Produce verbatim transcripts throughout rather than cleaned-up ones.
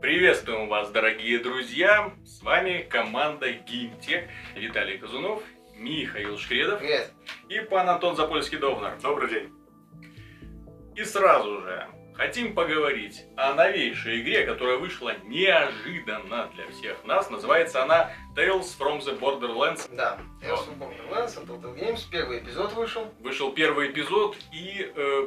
Приветствуем вас, дорогие друзья! С вами команда Геймтех. Виталий Казунов, Михаил Шкредов. Привет. И пан Антон Запольский-Довнар. Добрый день. И сразу же хотим поговорить о новейшей игре, которая вышла неожиданно для всех нас. Называется она Tales from the Borderlands. Да, Tales from Borderlands, от Telltale Games. Первый эпизод вышел. Вышел первый эпизод, и э,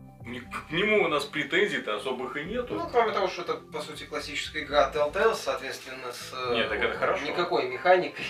к нему у нас претензий-то особых и нету. Ну, кроме того, что это, по сути, классическая игра Telltale, соответственно, с Нет, так это хорошо. никакой механикой.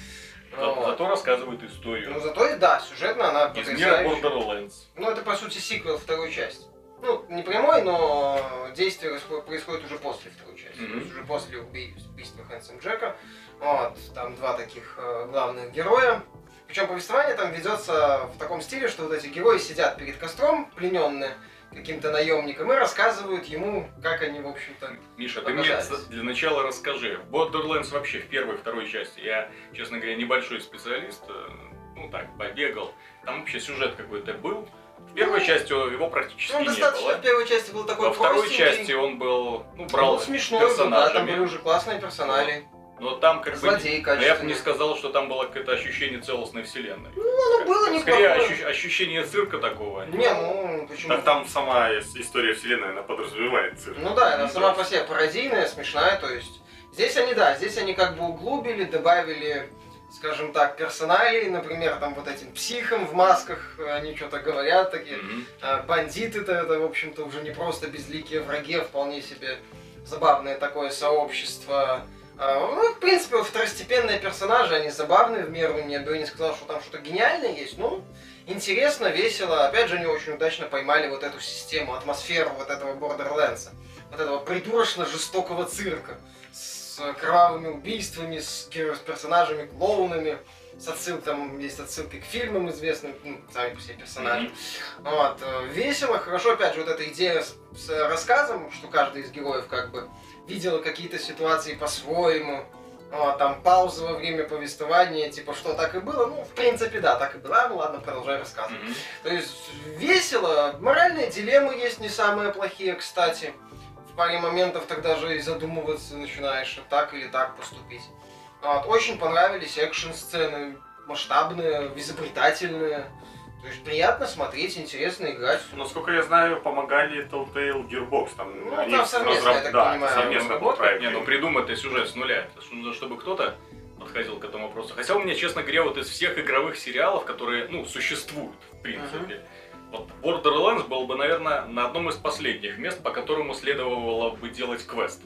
За, вот. Зато рассказывает историю. Ну, зато и да, сюжетно она Из мира потрясающая. Borderlands. Ну, это, по сути, сиквел второй части. Ну, не прямой, но действие происходит уже после второй части. Mm-hmm. То есть уже после убийства Хэнсом Джека. Вот, там два таких э, главных героя. Причем повествование там ведется в таком стиле, что вот эти герои сидят перед костром, плененные каким-то наемником, и рассказывают ему, как они, в общем-то, Миша, ты мне для начала расскажи. Borderlands вообще в первой и второй части. Я, честно говоря, небольшой специалист. Ну так, побегал. Там вообще сюжет какой-то был. В первой ну, части его практически он не достаточно было. В первой части был такой Во второй простенький. части он был, ну, брал он смешной был, да, там были персонажами. уже классные персонали. Но там как Злодеи бы... Я бы не сказал, что там было какое-то ощущение целостной вселенной. Ну, оно было неплохое. Скорее ощу- ощущение цирка такого. Не, ну, почему? Так там сама история вселенной, она подразумевает цирк. Ну да, она сама по себе пародийная, смешная, то есть... Здесь они, да, здесь они как бы углубили, добавили, скажем так, персоналей, например, там вот этим психам в масках, они что-то говорят такие. Mm-hmm. А бандиты-то это, в общем-то, уже не просто безликие враги, а вполне себе забавное такое сообщество. Ну, в принципе, вот второстепенные персонажи, они забавные в меру, я бы не сказал, что там что-то гениальное есть, ну, интересно, весело. Опять же, они очень удачно поймали вот эту систему, атмосферу вот этого Borderlands, вот этого придурочно-жестокого цирка с кровавыми убийствами, с, с персонажами, клоунами, с отсылкой, там есть отсылки к фильмам известным, ну, сами по себе персонажи. Mm-hmm. Вот, весело, хорошо, опять же, вот эта идея с, с рассказом, что каждый из героев как бы видела какие-то ситуации по-своему, вот, там пауза во время повествования, типа, что так и было, ну, в принципе, да, так и было, ну ладно, продолжай рассказывать. Mm-hmm. То есть, весело, моральные дилеммы есть не самые плохие, кстати. В паре моментов тогда же и задумываться начинаешь, так или так поступить. Вот, очень понравились экшн-сцены, масштабные, изобретательные. То есть приятно смотреть, интересно играть. Насколько я знаю, помогали Telltale Gearbox. Там, ну, они там совместно, разраб... я так да, понимаю, совместно работают. Не, ну придумать сюжет с нуля. Это нужно, чтобы кто-то подходил к этому вопросу. Хотя у меня, честно говоря, вот из всех игровых сериалов, которые, ну, существуют, в принципе, uh-huh. вот Borderlands был бы, наверное, на одном из последних мест, по которому следовало бы делать квест.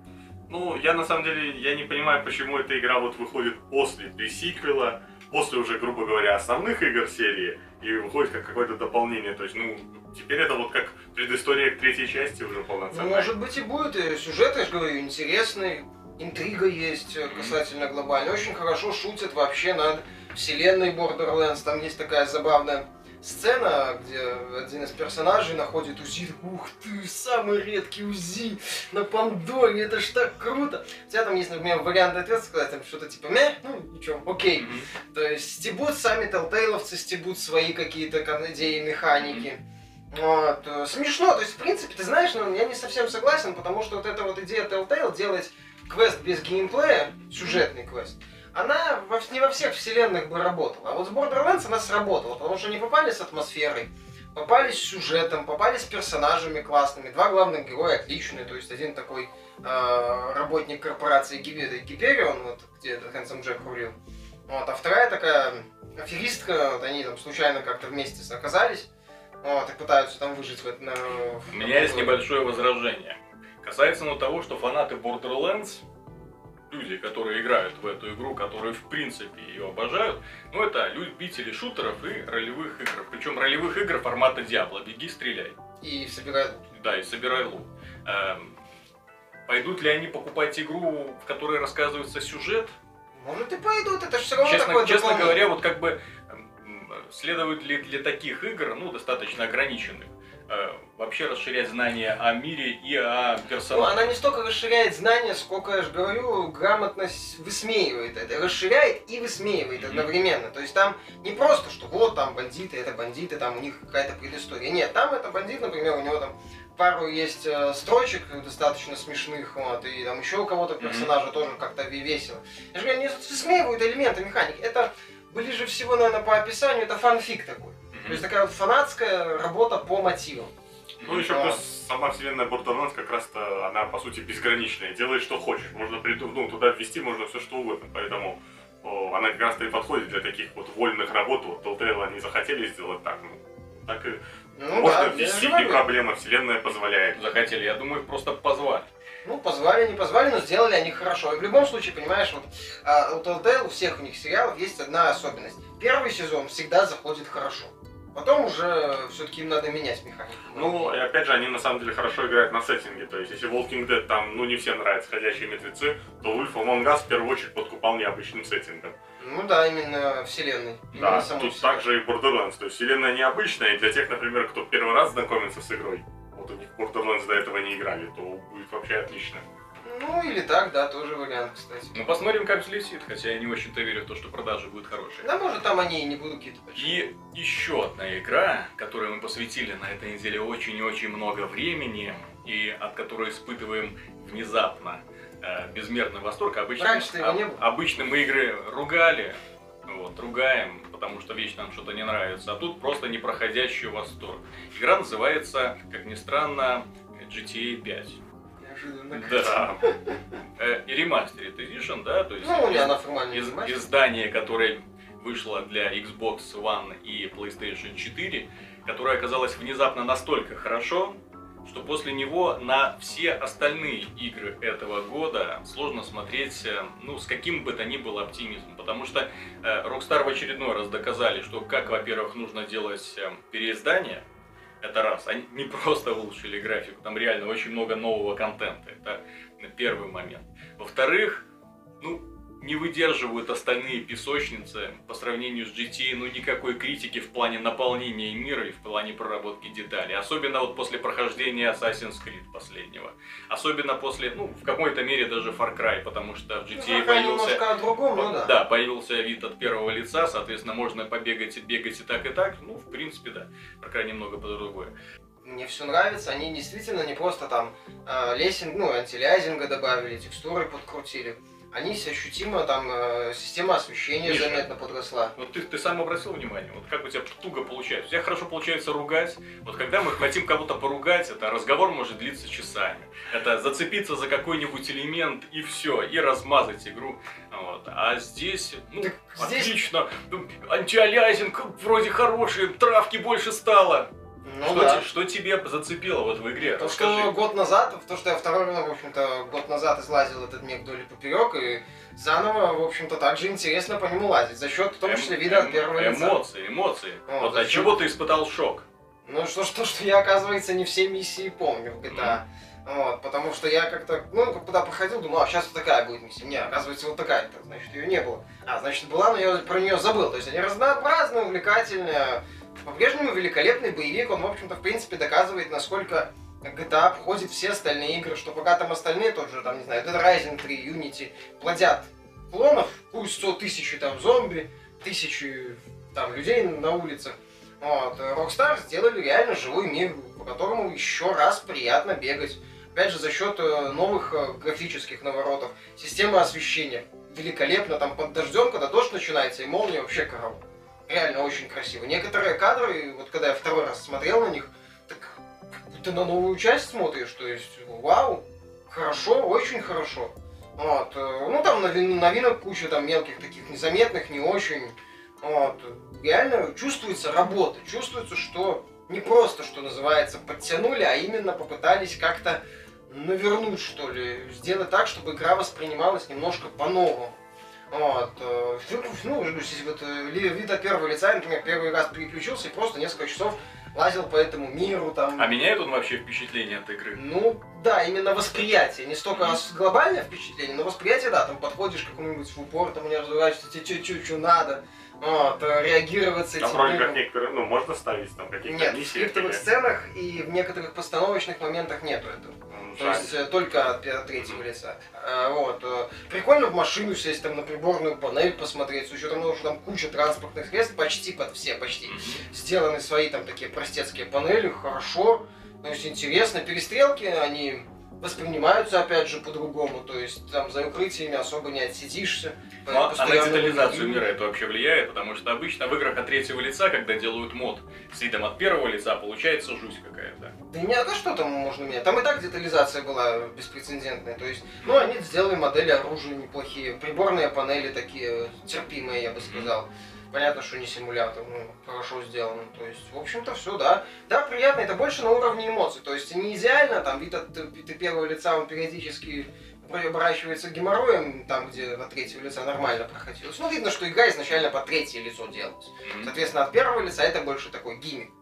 Ну, я на самом деле, я не понимаю, почему эта игра вот выходит после пресиквела, после уже, грубо говоря, основных игр серии, и выходит как какое-то дополнение. То есть, ну, теперь это вот как предыстория к третьей части уже полноценная. Ну, может быть и будет. И сюжет, я же говорю, интересный, интрига есть касательно глобальной. Очень хорошо шутят вообще над вселенной Borderlands. Там есть такая забавная сцена, где один из персонажей находит УЗИ. Ух ты, самый редкий УЗИ на Пандоре, это ж так круто. У тебя там есть, например, вариант ответа сказать, там что-то типа, мeh, ну ничего, окей. Mm-hmm. То есть стебут сами Telltale'овцы, стебут свои какие-то идеи, механики. Mm-hmm. Вот. Смешно, то есть в принципе, ты знаешь, но я не совсем согласен, потому что вот эта вот идея Telltale делать квест без геймплея, сюжетный квест, она во, не во всех вселенных бы работала. А вот с Borderlands она сработала, потому что они попали с атмосферой, попали с сюжетом, попали с персонажами классными. Два главных героя отличные, то есть один такой э, работник корпорации Гиперион, вот, где Хэнсом Джек рулил. Вот, а вторая такая аферистка, вот они там случайно как-то вместе оказались, вот, и пытаются там выжить в этом. У меня есть небольшое возражение. Касается ну, того, что фанаты Borderlands, люди, которые играют в эту игру, которые в принципе ее обожают, ну это любители шутеров и ролевых игр. Причем ролевых игр формата Diablo. Беги, стреляй. И собирай лут. Да, и собирай лут. Эм, пойдут ли они покупать игру, в которой рассказывается сюжет? Может и пойдут, это же все равно честно, такое честно говоря, вот как бы следует ли для таких игр, ну, достаточно ограниченных, э, вообще расширять знания о мире и о персонажах? Ну, она не столько расширяет знания, сколько, я же говорю, грамотно высмеивает это. Расширяет и высмеивает mm-hmm. одновременно. То есть там не просто, что вот там бандиты, это бандиты, там у них какая-то предыстория. Нет, там это бандит, например, у него там пару есть э, строчек достаточно смешных, вот, и там еще у кого-то персонажа mm-hmm. тоже как-то весело. Я же говорю, они высмеивают элементы механики. Это ближе всего, наверное, по описанию, это фанфик такой. Mm-hmm. То есть такая вот фанатская работа по мотивам. Ну, еще а... плюс сама вселенная Borderlands как раз-то, она по сути безграничная, делай что хочешь. Можно придумать, ну, туда ввести можно все что угодно, поэтому о, она как раз-то и подходит для таких вот вольных работ. Вот Telltale они захотели сделать так, ну, так и ну, можно да, ввести, не проблема, вселенная позволяет. Захотели, я думаю, их просто позвали. Ну, позвали, не позвали, но сделали они хорошо. И в любом случае, понимаешь, вот а, у Telltale, у всех у них сериалов есть одна особенность. Первый сезон всегда заходит хорошо. Потом уже все-таки им надо менять механику. Ну, и опять же, они на самом деле хорошо играют на сеттинге. То есть, если Walking Dead там, ну, не всем нравятся ходячие мертвецы, то Wolf Among Us в первую очередь подкупал необычным сеттингом. Ну да, именно вселенной. Да, именно тут также и Borderlands. То есть, вселенная необычная, и для тех, например, кто первый раз знакомится с игрой, вот у них Borderlands до этого не играли, то будет вообще отлично. Ну, или так, да, тоже вариант, кстати. Ну, посмотрим, как взлетит, хотя я не очень-то верю в то, что продажи будут хорошие. Да, может, там они и не будут какие-то И большие. еще одна игра, которой мы посвятили на этой неделе очень и очень много времени, и от которой испытываем внезапно э, безмерный восторг. Обычно, Раньше-то его не было. Обычно мы игры ругали, вот, ругаем, потому что вечно нам что-то не нравится, а тут просто непроходящий восторг. Игра называется, как ни странно, джи ти эй пять. Да. И Remastered Edition, да, то есть ну, из, она формально из, издание, которое вышло для Xbox One и PlayStation четыре, которое оказалось внезапно настолько хорошо, что после него на все остальные игры этого года сложно смотреть, ну, с каким бы то ни было оптимизмом. Потому что э, Rockstar в очередной раз доказали, что как, во-первых, нужно делать э, переиздание. Это раз. Они не просто улучшили графику, там реально очень много нового контента. Это первый момент. Во-вторых, ну, не выдерживают остальные песочницы по сравнению с джи ти эй, ну, никакой критики в плане наполнения мира и в плане проработки деталей. Особенно вот после прохождения Assassin's Creed последнего. Особенно после, ну, в какой-то мере даже Far Cry, потому что в джи ти эй ну, появился... о другом, ну, да. Да, появился вид от первого лица, соответственно, можно побегать и бегать и так, и так. Ну, в принципе, да. Far Cry немного по-другому. Мне все нравится, они действительно не просто там э, лесинг, ну, антилязинга добавили, текстуры подкрутили. Они ощутимо, там, э, система освещения Миша, заметно подросла. Вот ты, ты сам обратил внимание, вот как у тебя туго получается. У тебя хорошо получается ругать. Вот когда мы хотим кого-то поругать, это разговор может длиться часами. Это зацепиться за какой-нибудь элемент и все, и размазать игру. Вот. А здесь, ну, так отлично, здесь... антиалязинг вроде хороший, травки больше стало. Ну, что, да. те, что тебе зацепило вот в игре? То, Расскажи. что год назад, то, что я второй, ну, в общем-то, год назад излазил этот мир вдоль и поперек, и заново, в общем-то, также интересно по нему лазить, за счет, в том числе, эм, вида эм, от первого лица. Эмоции, эмоции. Вот, вот за от счет... чего ты испытал шок? Ну, что, что, что я, оказывается, не все миссии помню в джи ти эй. Mm. Вот, потому что я как-то, ну, когда проходил, думал, а сейчас вот такая будет миссия. Не, оказывается, вот такая-то, значит, ее не было. А, значит, была, но я про нее забыл. То есть они разнообразные, увлекательные. По-прежнему великолепный боевик, он, в общем-то, в принципе, доказывает, насколько джи ти эй обходит все остальные игры, что пока там остальные, тот же, там, не знаю, Dead Rising три, Unity, плодят клонов, пусть сто тысяч там зомби, тысячи там людей на улице. Вот, Rockstar сделали реально живой мир, по которому еще раз приятно бегать. Опять же, за счет новых графических наворотов, система освещения великолепно, там под дождем, когда дождь начинается, и молния вообще корова. Реально очень красиво. Некоторые кадры, вот когда я второй раз смотрел на них, так как будто на новую часть смотришь, то есть, вау, хорошо, очень хорошо. Вот. Ну там новинок куча, там мелких таких незаметных, не очень. Вот. Реально чувствуется работа, чувствуется, что не просто, что называется, подтянули, а именно попытались как-то навернуть, что ли, сделать так, чтобы игра воспринималась немножко по-новому. Вот. Ну, здесь вот вид от первого лица, например, первый раз переключился и просто несколько часов лазил по этому миру там. А меняет он вообще впечатление от игры? Ну, да, именно восприятие. Не столько mm-hmm. глобальное впечатление, но восприятие, да, там подходишь к какому-нибудь в упор, там у меня разговариваешь, тебе что надо, вот, реагировать с этим. Там вроде как некоторые, ну, можно ставить там какие-то нет, миссии. в скриптовых или... сценах и в некоторых постановочных моментах нету этого. То Жаль. есть только от третьего лица. Вот. Прикольно в машину сесть, там на приборную панель посмотреть, с учетом того, что там куча транспортных средств, почти под все, почти. Сделаны свои там такие простецкие панели, хорошо. То есть интересно, перестрелки, они воспринимаются опять же по-другому, то есть там за укрытиями особо не отсидишься. Ну, а на постоянно детализацию выглядит. мира это вообще влияет, потому что обычно в играх от третьего лица, когда делают мод с видом от первого лица, получается жуть какая-то. Да не, а что там можно менять? Там и так детализация была беспрецедентная. То есть, ну, они сделали модели оружия неплохие, приборные панели такие терпимые, я бы сказал. Понятно, что не симулятор, ну, хорошо сделано. То есть, в общем-то, все, да. Да, приятно, это больше на уровне эмоций. То есть, не идеально, там, вид от, от первого лица, он периодически оборачивается геморроем, там, где от третьего лица нормально проходилось. Ну, видно, что игра изначально под третье лицо делалась. Mm-hmm. Соответственно, от первого лица это больше такой гиммик,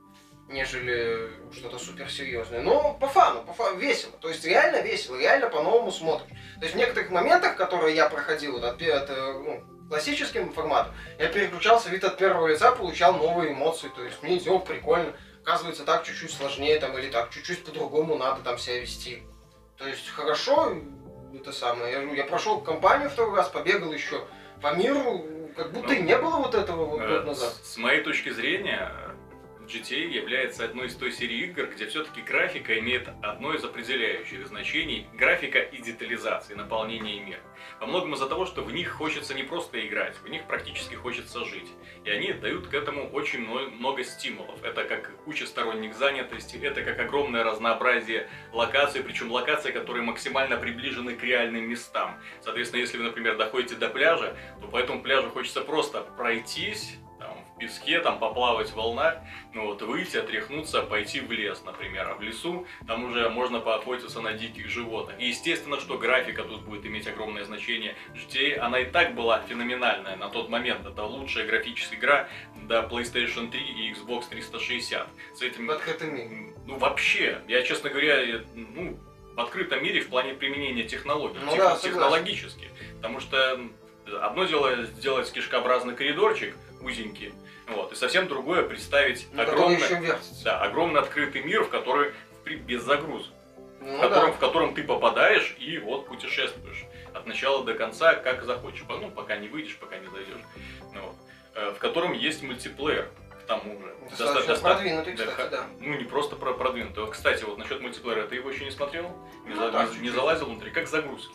нежели что-то суперсерьезное. Но по фану, по фану весело. То есть реально весело, реально по-новому смотришь. То есть в некоторых моментах, которые я проходил вот, от, от ну, классическим форматом, я переключался вид от первого лица, получал новые эмоции. То есть мне о, прикольно. Оказывается, так чуть-чуть сложнее там, или так чуть-чуть по-другому надо там себя вести. То есть хорошо, это самое. Я, я прошел кампанию второй раз, побегал еще по миру, как будто ну, и не было вот этого вот год назад. С, с моей точки зрения, джи ти эй является одной из той серии игр, где все-таки графика имеет одно из определяющих значений – графика и детализация, наполнение мира. Во многом из-за того, что в них хочется не просто играть, в них практически хочется жить. И они дают к этому очень много стимулов. Это как куча сторонних занятостей, это как огромное разнообразие локаций, причем локаций, которые максимально приближены к реальным местам. Соответственно, если вы, например, доходите до пляжа, то по этому пляжу хочется просто пройтись, там, в песке, там, поплавать в волнах, ну вот, выйти, отряхнуться, пойти в лес, например. А в лесу там уже можно поохотиться на диких животных. И естественно, что графика тут будет иметь огромное значение. джи ти эй, она и так была феноменальная на тот момент. Это лучшая графическая игра до плейстейшн три и икс бокс триста шестьдесят. С этим... В открытом мире. Ну, вообще, я, честно говоря, ну, в открытом мире в плане применения технологий, Ну тех, да, технологически. Потому что одно дело сделать кишкообразный коридорчик, узенький, вот, и совсем другое представить Ну, огромный, еще вертится. да, огромный открытый мир, в который в- без загрузок, Ну, в, котором, да. в котором ты попадаешь и вот путешествуешь от начала до конца, как захочешь, ну, пока не выйдешь, пока не зайдешь, ну, вот. Э, в котором есть мультиплеер, к тому же. Достаточно Доста- продвинутый, да, кстати, да. Ну, не просто про продвинутый. Вот, кстати, вот насчет мультиплеера, ты его еще не смотрел? Не, Ну, за- так, не- чуть-чуть. не залазил внутри? Как загрузки?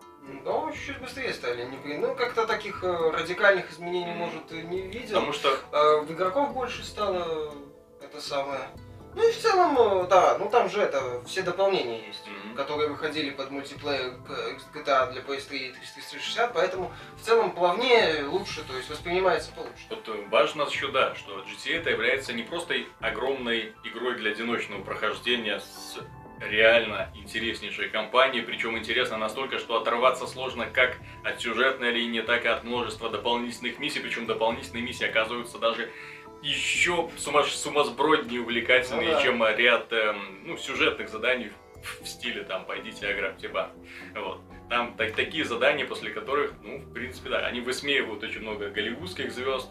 Да, чуть быстрее стали. Не при- Ну, как-то таких э, радикальных изменений, Мгм. может, и не видел. Потому что Э, в игроков больше стало это самое. Ну и в целом, э, да, ну там же это, все дополнения есть, Мгм. которые выходили под мультиплеер к джи ти эй для пи эс три и триста шестьдесят, поэтому в целом плавнее, лучше, то есть воспринимается получше. вот э, важно еще, да, что джи ти эй это является не просто огромной игрой для одиночного прохождения с реально интереснейшей кампанией, причем интересно настолько, что оторваться сложно как от сюжетной линии, так и от множества дополнительных миссий, причем дополнительные миссии оказываются даже еще сумас- сумасброднее увлекательнее, Ну да. чем ряд эм, ну, сюжетных заданий в, в стиле там «пойдите ограбьте банк». Вот. Там так- такие задания, после которых, ну, в принципе, да, они высмеивают очень много голливудских звезд,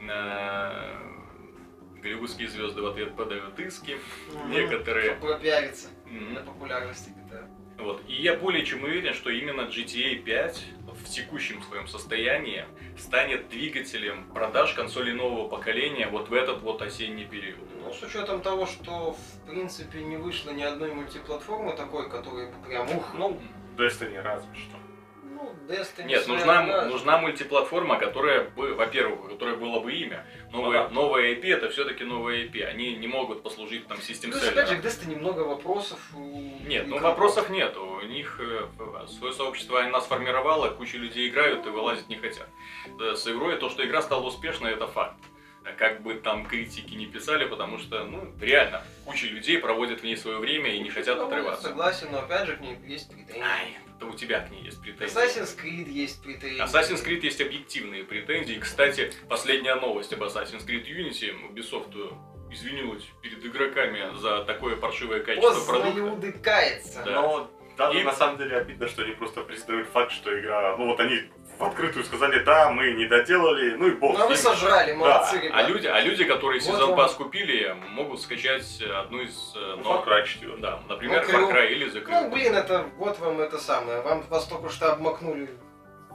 э, голливудские звезды в ответ подают иски, некоторые... Чтобы пропиариться Мгм. на популярности джи ти эй. Вот. И я более чем уверен, что именно джи ти эй пять в текущем своем состоянии станет двигателем продаж консолей нового поколения вот в этот вот осенний период. Ну, с учетом того, что в принципе не вышло ни одной мультиплатформы такой, которая бы прям ух, Ну, Destiny разве что. ну, Destiny. Нет, своя, нужна, да. нужна мультиплатформа, которая бы, во-первых, у которой было бы имя. Новое, Ага. новое ай пи это все-таки новое ай пи. Они не могут послужить там систем Плюс, опять же, селлером. к Destiny много вопросов. у Нет, ну игроков. вопросов нет. У них э, свое сообщество она сформировала, куча людей играют и вылазить не хотят. Э, С игрой то, что игра стала успешной, это факт. Как бы там критики не писали, потому что, ну, реально, куча людей проводят в ней свое время и не хотят Ну, отрываться. Согласен, но опять же к ней есть претензии. Ай, это у тебя к ней есть претензии. Assassin's Creed есть претензии. Assassin's Creed есть объективные претензии. Кстати, последняя новость об Assassin's Creed Unity. Ubisoft извинилась перед игроками за такое паршивое качество Поздно продукта. Иуды кается. Да. Но даже И- на самом деле обидно, что они просто признают факт, что игра... Ну вот они в открытую сказали, да, мы не доделали, ну и бог Ну а с вы ним. сожрали, молодцы, А ребята. люди, а люди, которые Вот сезон вам. пас купили, могут скачать одну из э, Ну, новых. Far Cry четыре. Да, например, Ну, Far Crew. Cry или The Ну, Crew. блин, это вот вам это самое. Вам вас только что обмакнули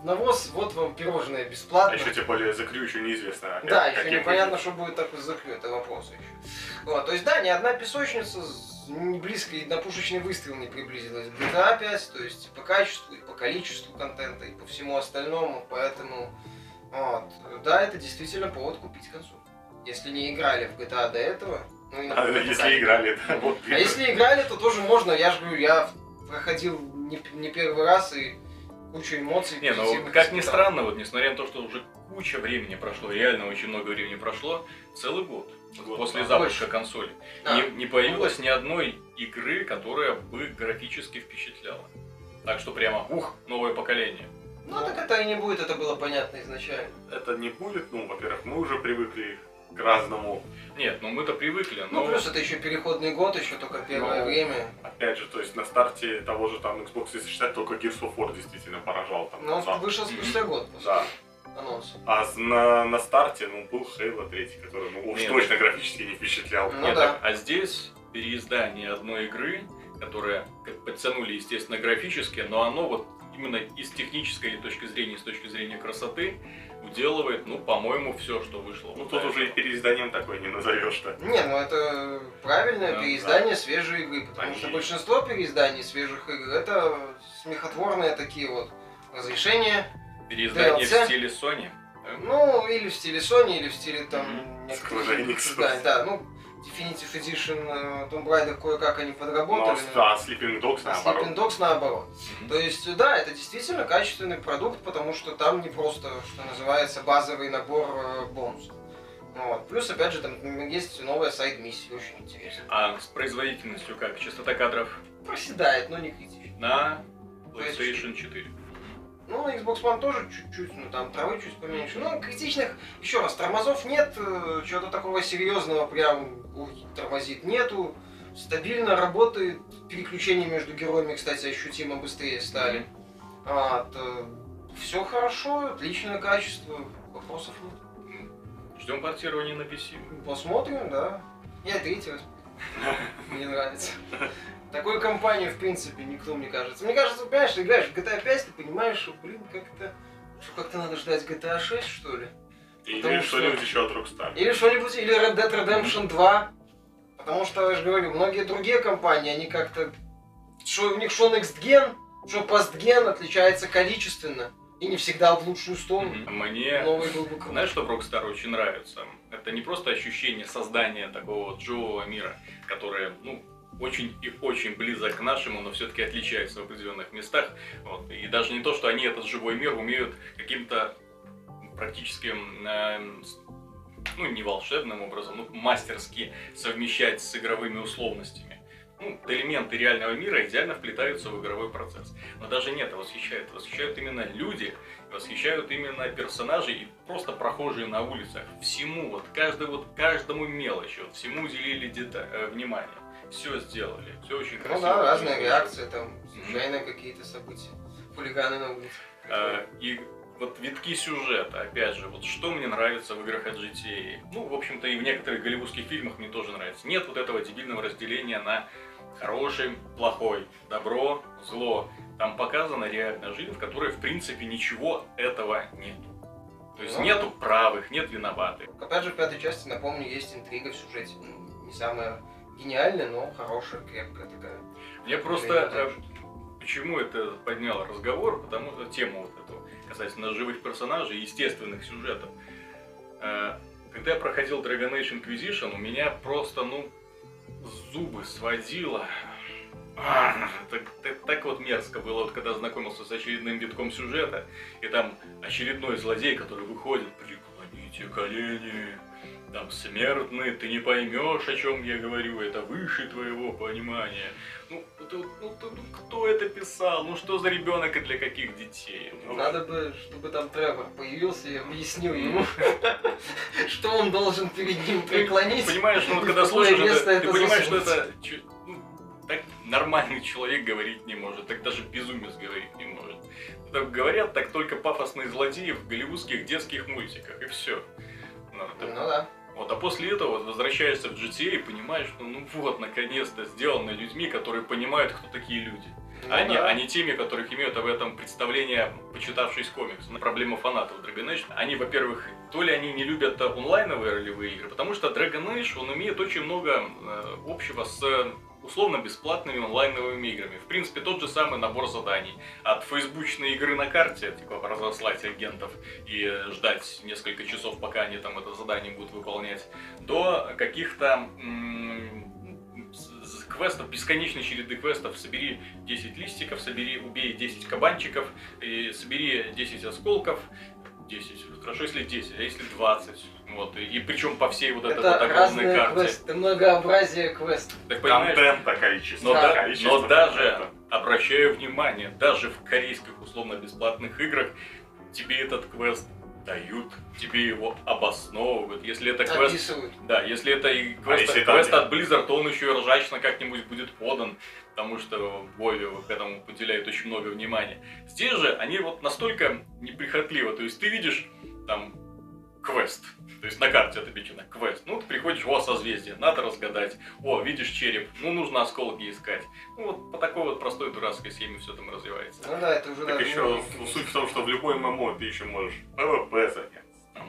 навоз, вот вам пирожное А бесплатно. еще тем более за крю еще неизвестно. Опять, Да, еще каким непонятно, выйдет. что будет так за крю, это вопрос еще. Вот, то есть, да, ни одна песочница с- не близко и на пушечный выстрел не приблизилась к джи ти эй пять, то есть и по качеству, и по количеству контента, и по всему остальному, поэтому, вот, да, это действительно повод купить консоль. Если не играли в джи ти эй до этого, ну, и А, например, если пока- играли, да, вот. А если играли, то тоже можно, я же говорю, я проходил не, не первый раз и кучу эмоций. Не, ну позитивных как ни испытал. странно, вот несмотря на то, что уже куча времени прошло, реально очень много времени прошло, целый год, Год, после да. запуска Больше. консоли, А, не, не появилось ни одной игры, которая бы графически впечатляла. Так что прямо, ух, новое поколение. ну так это и не будет, это было понятно изначально. Это не будет, ну, во-первых, мы уже привыкли к разному. Нет, ну мы-то привыкли, Ну но... плюс это еще переходный год, еще только первое Ну, время. Опять же, то есть на старте того же там Xbox триста шестьдесят только Gears of War действительно поражал. Там, Но он да. вышел спустя год после Да. анонса. А с- на, на старте, ну, был Halo три, который, ну, уж Нет. точно графически не впечатлял. Ну Нет, да. так, а здесь переиздание одной игры, которая как подтянули, естественно, графически, но оно вот именно из технической точки зрения, с точки зрения красоты, уделывает, ну, по-моему, все, что вышло. Ну, вот тут до уже и этого. переизданием такое не назовешь-то. Не, ну это правильное Да, переиздание свежей игры, потому Они- что большинство переизданий свежих игр это смехотворные такие вот разрешения. Переиздание ди эл си. в стиле Sony. да? Ну, или в стиле Sony, или в стиле там Мгм. некоторых Square других Enix. изданий. Да, ну, Definitive Edition э, Tomb Raider кое-как они Ну, подработали. а Sleeping Dogs а наоборот. Sleeping Dogs наоборот. Мгм. То есть, да, это действительно качественный продукт, потому что там не просто, что называется, базовый набор э, бонусов. Вот. Плюс, опять же, там есть новая сайд-миссия, очень интересная. А с производительностью как? Частота кадров Проседает, но не критично. на пи эс PlayStation четыре. Ну, на Xbox One тоже чуть-чуть, ну там травы чуть поменьше. Ну, критичных, еще раз, тормозов нет, э, чего-то такого серьезного прям ух, тормозит нету. Стабильно работает, переключения между героями, кстати, ощутимо быстрее стали. Все хорошо, отличное качество, вопросов нет. Ждем портирования на пи си. Посмотрим, да. Я третий возьму. Мне нравится. Такой компании, в принципе, никто, мне кажется. Мне кажется, понимаешь, ты играешь в джи ти эй пять, ты понимаешь, что, блин, как-то... Что, как-то надо ждать джи ти эй шесть, что ли? Или Потому что-нибудь что- еще от Rockstar. Или что-нибудь, или Red Dead Redemption два. Потому что, я же говорю, многие другие компании, они как-то... Что у них что Next Gen, что Post Gen отличается количественно. И не всегда в лучшую сторону. Мгм. Мне, Новый был бы круто. знаешь, что в Rockstar очень нравится? Это не просто ощущение создания такого вот живого мира, которое, ну, очень и очень близок к нашему, но все-таки отличается в определенных местах. Вот. И даже не то, что они этот живой мир умеют каким-то практически, эм, с- ну, не волшебным образом, ну, мастерски совмещать с игровыми условностями. Ну, элементы реального мира идеально вплетаются в игровой процесс. Но даже не это восхищает. Восхищают именно люди, восхищают именно персонажи и просто прохожие на улицах. Всему, вот, каждый, вот, каждому мелочи, вот, всему уделили дета- э, внимание. Все сделали, все очень Ну красиво. да, разные реакции, там, случайные какие-то события. Хулиганы на улице. Э, И вот витки сюжета, опять же, вот что мне нравится в играх от джи ти эй. Ну, в общем-то, и в некоторых голливудских фильмах мне тоже нравится. Нет вот этого дебильного разделения на хороший, плохой, добро, зло. Там показана реальная жизнь, в которой, в принципе, ничего этого нету. То есть Ну, нету правых, нет виноватых. Опять же, в пятой части, напомню, есть интрига в сюжете. Ну, не самая гениальная, но хорошая, крепкая такая. Мне просто... э, Почему это подняло разговор? Потому что тему вот эту касательно живых персонажей и естественных сюжетов. Э, Когда я проходил Dragon Age Inquisition, у меня просто, ну, зубы сводило. А, Так, так- так вот мерзко было, вот когда знакомился с очередным витком сюжета, и там очередной злодей, который выходит, преклоните колени, там смертный, ты не поймешь, о чем я говорю, это выше твоего понимания. Ну, это- ну, это- ну, кто это писал? Ну что за ребенок и для каких детей? Ну, Надо бы, чтобы там Тревор появился и объяснил ему, что он должен перед ним преклонить. Понимаешь, ну вот И когда в какое слушаешь место это, ты это понимаешь, что засунуть. это чё- ну, так нормальный человек говорить не может, так даже безумец говорить не может. Так говорят так только пафосные злодеи в голливудских детских мультиках, и все. Ну, Ну это- да. Вот, а после этого вот возвращаешься в джи ти эй и понимаешь, что ну вот, наконец-то сделано людьми, которые понимают, кто такие люди. Ну, а, не, да. а не теми, которых имеют об этом представление, почитавшись комикс. Проблема фанатов Dragon Age. Они, во-первых, то ли они не любят онлайновые ролевые игры, потому что Dragon Age, он имеет очень много э, общего с условно-бесплатными онлайновыми играми. В принципе, тот же самый набор заданий. От фейсбучной игры на карте, типа разослать агентов и ждать несколько часов, пока они там это задание будут выполнять, до каких-то м- квестов, бесконечной череды квестов. Собери десять листиков, собери, убей десять кабанчиков, и собери десять осколков. десять. Хорошо, если десять, а если двадцать. Вот. И, и причем по всей вот этой Это вот огромной разные карте. квесты, многообразие квестов. Так, понимаешь? Контента количество. Но, да, количество но даже, контента. обращаю внимание, даже в корейских условно-бесплатных играх тебе этот квест дают, тебе его обосновывают. Если это квест... Описывают. Да, если это и квест, если это квест один? от Blizzard, то он еще и ржачно как-нибудь будет подан, потому что Вове к этому уделяют очень много внимания. Здесь же они вот настолько неприхотливо, то есть ты видишь там квест, то есть на карте отмечено квест, ну ты приходишь, о, созвездие, надо разгадать, о, видишь череп, ну нужно осколки искать. Ну вот по такой вот простой дурацкой схеме все там развивается. Ну да, это уже Так даже еще не- суть в том, что в любой ММО ты еще можешь ПВП заняться.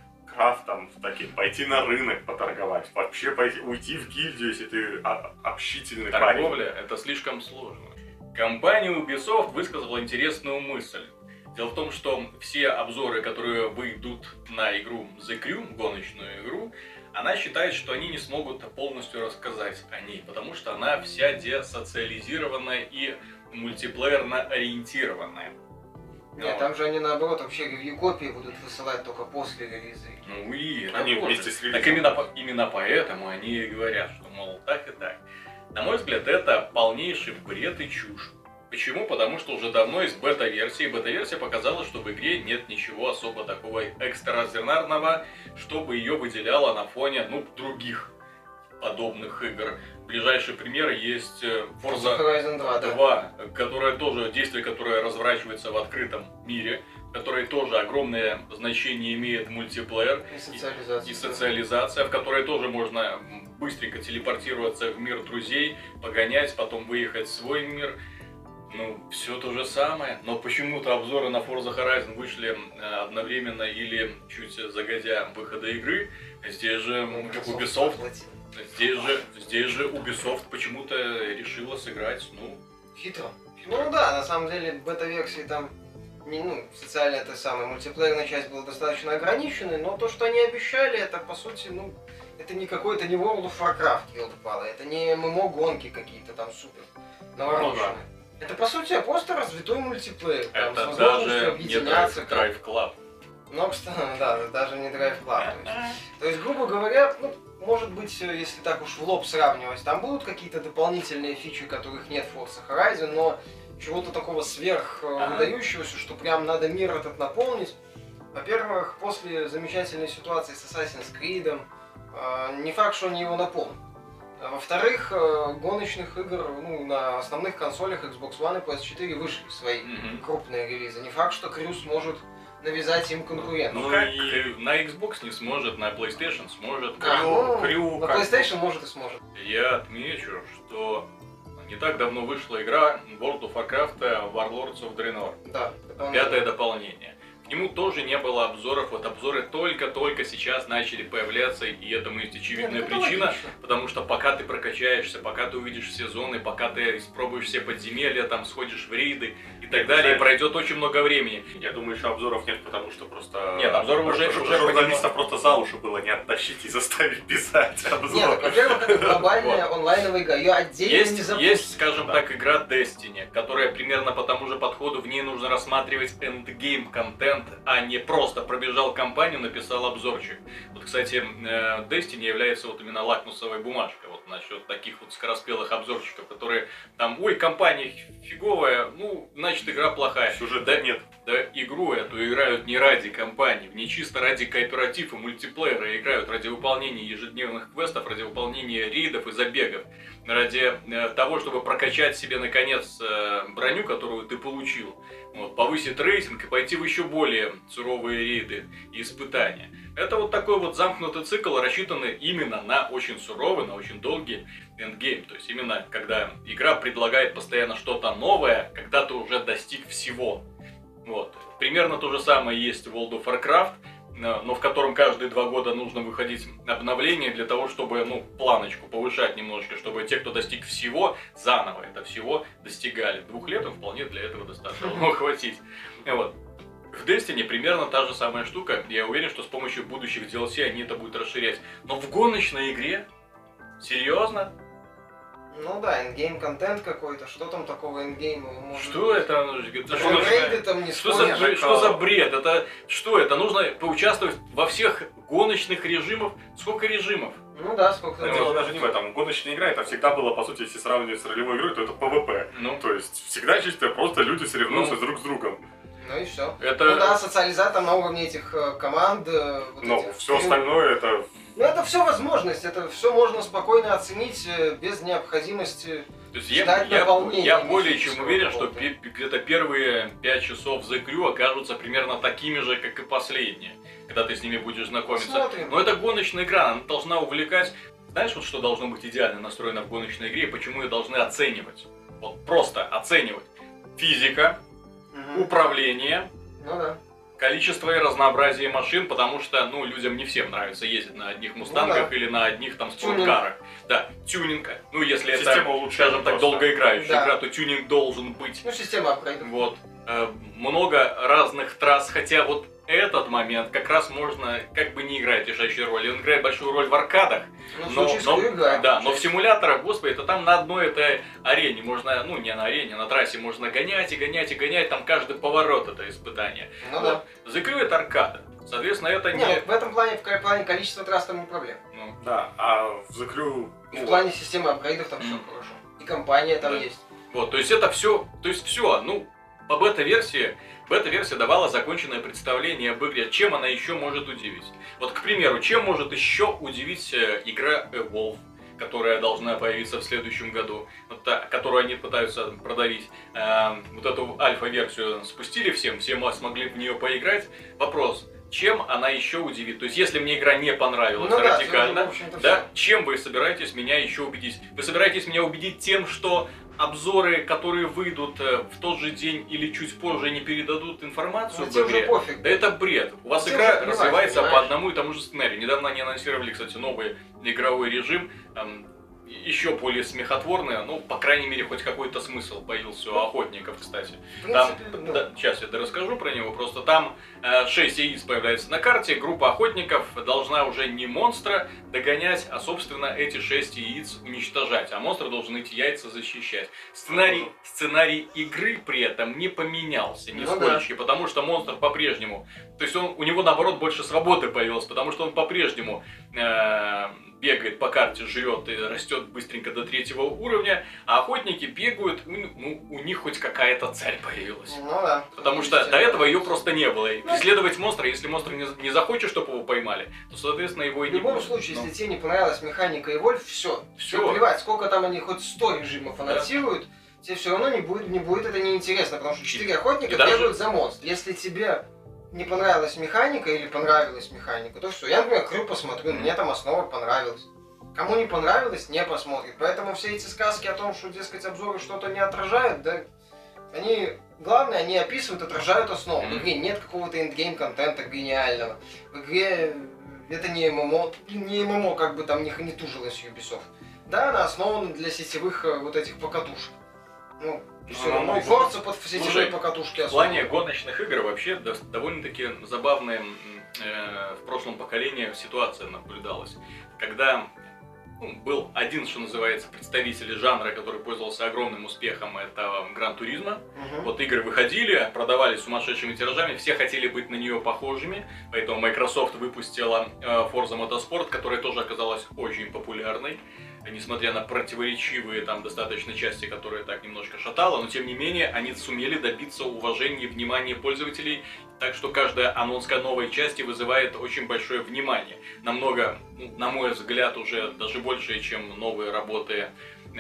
Крафтом таким, пойти на рынок поторговать, вообще пойти, уйти в гильдию, если ты а- общительный парень. Торговля — это слишком сложно. Компания Ubisoft высказала интересную мысль. Дело в том, что все обзоры, которые выйдут на игру The Crew, гоночную игру, она считает, что они не смогут полностью рассказать о ней, потому что она вся десоциализированная и мультиплеерно ориентированная. Нет, Вот. там же они наоборот вообще ревью-копии будут высылать только после релиза. Ну и Они это вместе тоже. с Так релизом. именно, по- именно поэтому они и говорят, что, мол, так и так. На мой взгляд, это полнейший бред и чушь. Почему? Потому что уже давно из бета-версии. Бета-версия показала, что в игре нет ничего особо такого экстраординарного, чтобы ее выделяло на фоне, ну, других подобных игр. Ближайший пример есть э, Forza Forza Horizon два, да. два, которое тоже действие, которое разворачивается в открытом мире, которое тоже огромное значение имеет мультиплеер И социализация. и социализация, в которой тоже можно м, быстренько телепортироваться в мир друзей, погонять, потом выехать в свой мир. Ну, все то же самое, но почему-то обзоры на Forza Horizon вышли э, одновременно или чуть загодя выхода игры. Здесь же м, Microsoft Ubisoft, заплатил. здесь же, здесь же Ubisoft почему-то решила сыграть, ну, Хитро. Ну да, на самом деле бета-версии там не, ну, социальная та самая мультиплеерная часть была достаточно ограниченной, но то, что они обещали, это по сути, ну, это не какой-то не World of Warcraft, елки-палы, это не ММО-гонки какие-то там супер навороченные. Это по сути просто развитой мультиплеер, там, с это возможностью даже не объединяться. Drive, как- Drive Club. Ну, кстати, да, даже не Drive Club. То есть, то есть, грубо говоря, ну, может быть, если так уж в лоб сравнивать, там будут какие-то дополнительные фичи, которых нет в Forza Horizon, но чего-то такого сверх э, Ага. выдающегося, что прям надо мир этот наполнить. Во-первых, после замечательной ситуации с Assassin's Creed, э, не факт, что они его наполнят. А во-вторых, э, гоночных игр ну, на основных консолях Xbox One и пи эс четыре вышли свои Мгм. крупные релизы. Не факт, что Крюс может навязать им конкурентов. Ну, Ну как и- на Xbox не сможет, на PlayStation сможет. А, Крю, ну, Крю, на как- PlayStation может и сможет. Я отмечу, что не так давно вышла игра World of Warcraft Warlords of Draenor. Да, дополнительно. Пятое дополнение. К нему тоже не было обзоров, вот обзоры только-только сейчас начали появляться, и этому есть очевидная Нет, ну, это причина, логично. потому что пока ты прокачаешься, пока ты увидишь все зоны, пока ты испробуешь все подземелья, там сходишь в рейды и так далее, знаешь- пройдет очень много времени. Я думаю, еще обзоров нет, потому что просто... Нет, обзоры уже- Жур- уже Журналистов просто за уши было не оттащить и заставить писать обзор. Нет, так, во-первых, это глобальная онлайновая игра, ее отдельно не Есть, запустить. есть, скажем Да. так, игра Destiny, которая примерно по тому же подходу, в ней нужно рассматривать эндгейм контент, а не просто пробежал кампанию, написал обзорчик. Вот, кстати, э, Destiny является вот именно лакмусовой бумажкой, вот насчет таких вот скороспелых обзорчиков, которые там, ой, компания фиговая, ну, значит, игра плохая. Сюжета Да, нет. Да, игру эту играют не ради компании, не чисто ради кооператива, мультиплеера, играют ради выполнения ежедневных квестов, ради выполнения рейдов и забегов, ради э, того, чтобы прокачать себе наконец э, броню, которую ты получил, вот, повысить рейтинг и пойти в еще более суровые рейды и испытания. Это вот такой вот замкнутый цикл, рассчитанный именно на очень суровый, на очень долгий технологии эндгейм. То есть именно когда игра предлагает постоянно что-то новое, когда ты уже достиг всего. Вот. Примерно то же самое есть в World of Warcraft, но в котором каждые два года нужно выходить обновление для того, чтобы, ну, планочку повышать немножко, чтобы те, кто достиг всего, заново это всего достигали. Двух лет им вполне для этого достаточно хватить. Вот. В Destiny примерно та же самая штука. Я уверен, что с помощью будущих ди эл си они это будут расширять. Но в гоночной игре? Серьезно? Ну да, эндгейм контент какой-то, что там такого эндгейма может Что быть? это? Это Что, что, рейды там не что, за, спорят. что за бред? Это что это? Нужно поучаствовать во всех гоночных режимах. Сколько режимов? Ну да, сколько Но там. дело даже не в этом. Гоночная игра это всегда было, по сути, если сравнивать с ролевой игрой, то это пэ вэ пэ. Ну, То есть всегда чисто просто люди соревнуются Ну. друг с другом. Ну и все. это... Ну да, социализация на уровне этих э, команд. э, вот Но этих. все остальное это... Ну это все возможность, это все можно спокойно оценить э, без необходимости. То есть я, ждать я, наполнения я более чем мифического уверен, что какого-то. пе- где-то первые пять часов The Crew окажутся примерно такими же, как и последние, когда ты с ними будешь знакомиться. Посмотрим. Но это гоночная игра, она должна увлекать. Знаешь, вот что должно быть идеально настроено в гоночной игре и почему ее должны оценивать? Вот просто оценивать. Физика, Мгм. управление, Ну да. количество и разнообразие машин, потому что, ну, людям не всем нравится ездить на одних мустангах Ну да. или на одних там Тюнинг. спорткарах. Да, тюнинг. Ну, если Система это, улучшения скажем так, просто. долгоиграющая Да. игра, то тюнинг должен быть. Ну система апгрейдов. Вот. Э, Много разных трасс, хотя вот этот момент как раз можно как бы не играть решающую роль. Он играет большую роль в аркадах, Ну, в но, случае с но- Crew играет, да, но в получается. симуляторах, господи, это там на одной этой арене можно, ну не на арене, на трассе можно гонять и гонять и гонять, там каждый поворот это испытание. Ну Вот. да. The Crew это аркада. Соответственно, это не... Не, ну, в этом плане, в плане количества трасс там не проблема. ну, Да, а в The Crew... И в плане системы апгрейдов там все Мгм. хорошо. И компания там Да. есть. Вот, то есть это все, то есть все, ну, по бета-версии, бета-версия давала законченное представление об игре, чем она еще может удивить. Вот, к примеру, чем может еще удивить э, игра Evolve, которая должна появиться в следующем году, вот та, которую они пытаются продавить. Э, вот эту альфа-версию спустили всем, все мо- смогли в нее поиграть. Вопрос, чем она еще удивит? То есть, если мне игра не понравилась Ну да, радикально, в общем-то, да, всё. чем вы собираетесь меня еще убедить? Вы собираетесь меня убедить тем, что обзоры, которые выйдут э, в тот же день или чуть позже, не передадут информацию Ну, об тебе уже игре? пофиг. Да это бред. У вас Тебе игра уже плевать, развивается понимаешь? по одному и тому же сценарию. Недавно они анонсировали, кстати, новый игровой режим. эм, еще более смехотворный, ну, по крайней мере, хоть какой-то смысл появился у охотников, кстати. В Там, принципе, ну, да, сейчас я расскажу про него, просто там э, шесть яиц появляется на карте, группа охотников должна уже не монстра догонять, а, собственно, эти шесть яиц уничтожать, а монстр должен эти яйца защищать. Сценарий, сценарий игры при этом не поменялся Ну нисколько, потому что монстр по-прежнему, то есть он, у него, наоборот, больше свободы появилось, потому что он по-прежнему э, бегает по карте, жрет и растет быстренько до третьего уровня, а охотники бегают, ну, у них хоть какая-то цель появилась. Ну да. Потому что до этого ее просто не было. И преследовать монстра, если монстр не, не захочет, чтобы его поймали, то, соответственно, его и В не любом будет. случае, Ну, если тебе не понравилась механика Evolve, все. Всё. Плевать, сколько там они хоть сто режимов анонсируют, тебе все равно не будет, не будет это неинтересно, потому что четыре охотника и даже- требуют за монстр. Если тебе не понравилась механика или понравилась механика, то все. Я, например, Крю посмотрю, мне там основа понравилась. Кому не понравилось, не посмотрит. Поэтому все эти сказки о том, что, дескать, обзоры что-то не отражают, да, они, главное, они описывают, отражают основу. В игре нет какого-то эндгейм контента гениального. В игре это не ММО, не ММО, как бы там не, не тужилась Ubisoft. Да, она основана для сетевых э, вот этих покатушек. Ну, и все Ну, равно. ну, И Forza под сетевые слушай, покатушки В плане основаны. гоночных игр вообще до- довольно-таки забавная м, э, в прошлом поколении ситуация наблюдалась. Когда ну, был один, что называется, представитель жанра, который пользовался огромным успехом, это Гран Туризма. Мгм. Вот игры выходили, продавались сумасшедшими тиражами, все хотели быть на нее похожими, поэтому Microsoft выпустила э, Forza Motorsport, которая тоже оказалась очень популярной, несмотря на противоречивые там достаточно части, которые так немножко шатало, но тем не менее они сумели добиться уважения и внимания пользователей, так что каждая анонска новой части вызывает очень большое внимание. Намного, ну, на мой взгляд, уже даже больше, чем новые работы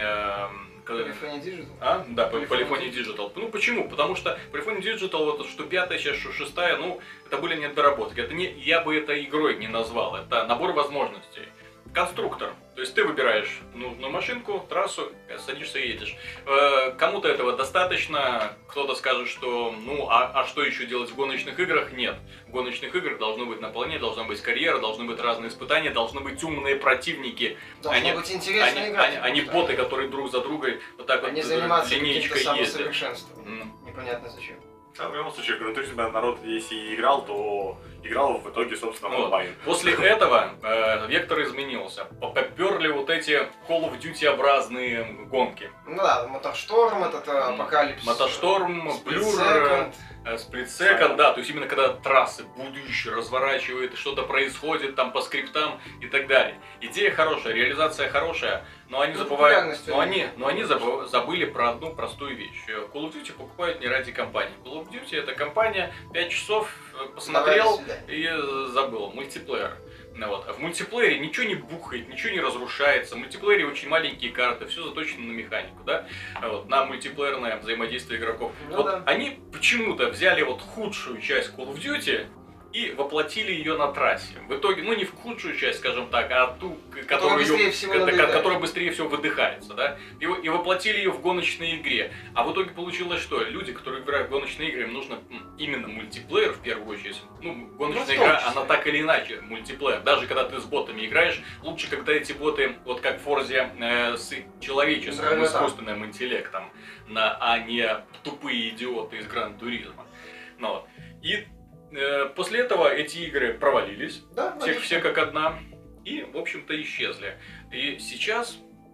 эм, Polyphony Digital. а? Да, по Polyphony Polyphony Digital. Ну почему? Потому что Polyphony Digital, вот что пятая часть, что шестая, ну, это были недоработки. Это не, я бы это игрой не назвал, это набор возможностей. конструктор. То есть ты выбираешь нужную машинку, трассу, садишься и едешь. Э, кому-то этого достаточно, кто-то скажет, что ну а, а что еще делать в гоночных играх? Нет. В гоночных играх должно быть наполнение, должна быть карьера, должны быть разные испытания, должны быть умные противники. Должна они, быть интересная они, игра. они, они боты, которые друг за другой вот так Они вот заниматься линеечкой каким-то ездят. самосовершенствованием. Mm. Непонятно зачем. Да, в любом случае, Гран Туризмо народ, если и играл, то играл в итоге, собственно, в Вот. онлайн. После этого э, вектор изменился. Поперли вот эти Call of Duty-образные гонки. Ну да, Мотошторм, этот э, Апокалипсис. Мотошторм, Split Блюр, Second. Split Second, да, то есть именно когда трассы будущее разворачивает, что-то происходит там по скриптам и так далее. Идея хорошая, реализация хорошая, но они Ну, забывают, популярность но они, у но они забы- забыли про одну простую вещь. Call of Duty покупают не ради компании. Call of Duty это компания, пять часов э, посмотрел Давай, до свидания. и э, забыл. Мультиплеер. Ну, вот. А в мультиплеере ничего не бухает, ничего не разрушается. В мультиплеере очень маленькие карты, все заточено на механику, да? А вот, на мультиплеерное взаимодействие игроков. Ну вот да. они почему-то взяли вот худшую часть Call of Duty и воплотили ее на трассе. В итоге, ну не в худшую часть, скажем так, а ту, которую быстрее её- всего ко- надоедает. которая быстрее всего выдыхается, да? И, во- и воплотили ее в гоночной игре. А в итоге получилось что? Люди, которые играют в гоночные игры, им нужно м, именно мультиплеер в первую очередь. Ну, гоночная Ну, в том игра, числе. она так или иначе мультиплеер. Даже когда ты с ботами играешь, лучше, когда эти боты, вот как в Форзе, э, с человеческим, Да, да, да. искусственным интеллектом, на, а не тупые идиоты из Гран Туризма. Ну, вот. И э, после этого эти игры провалились, Да, все, логично. все как одна, и, в общем-то, исчезли. И сейчас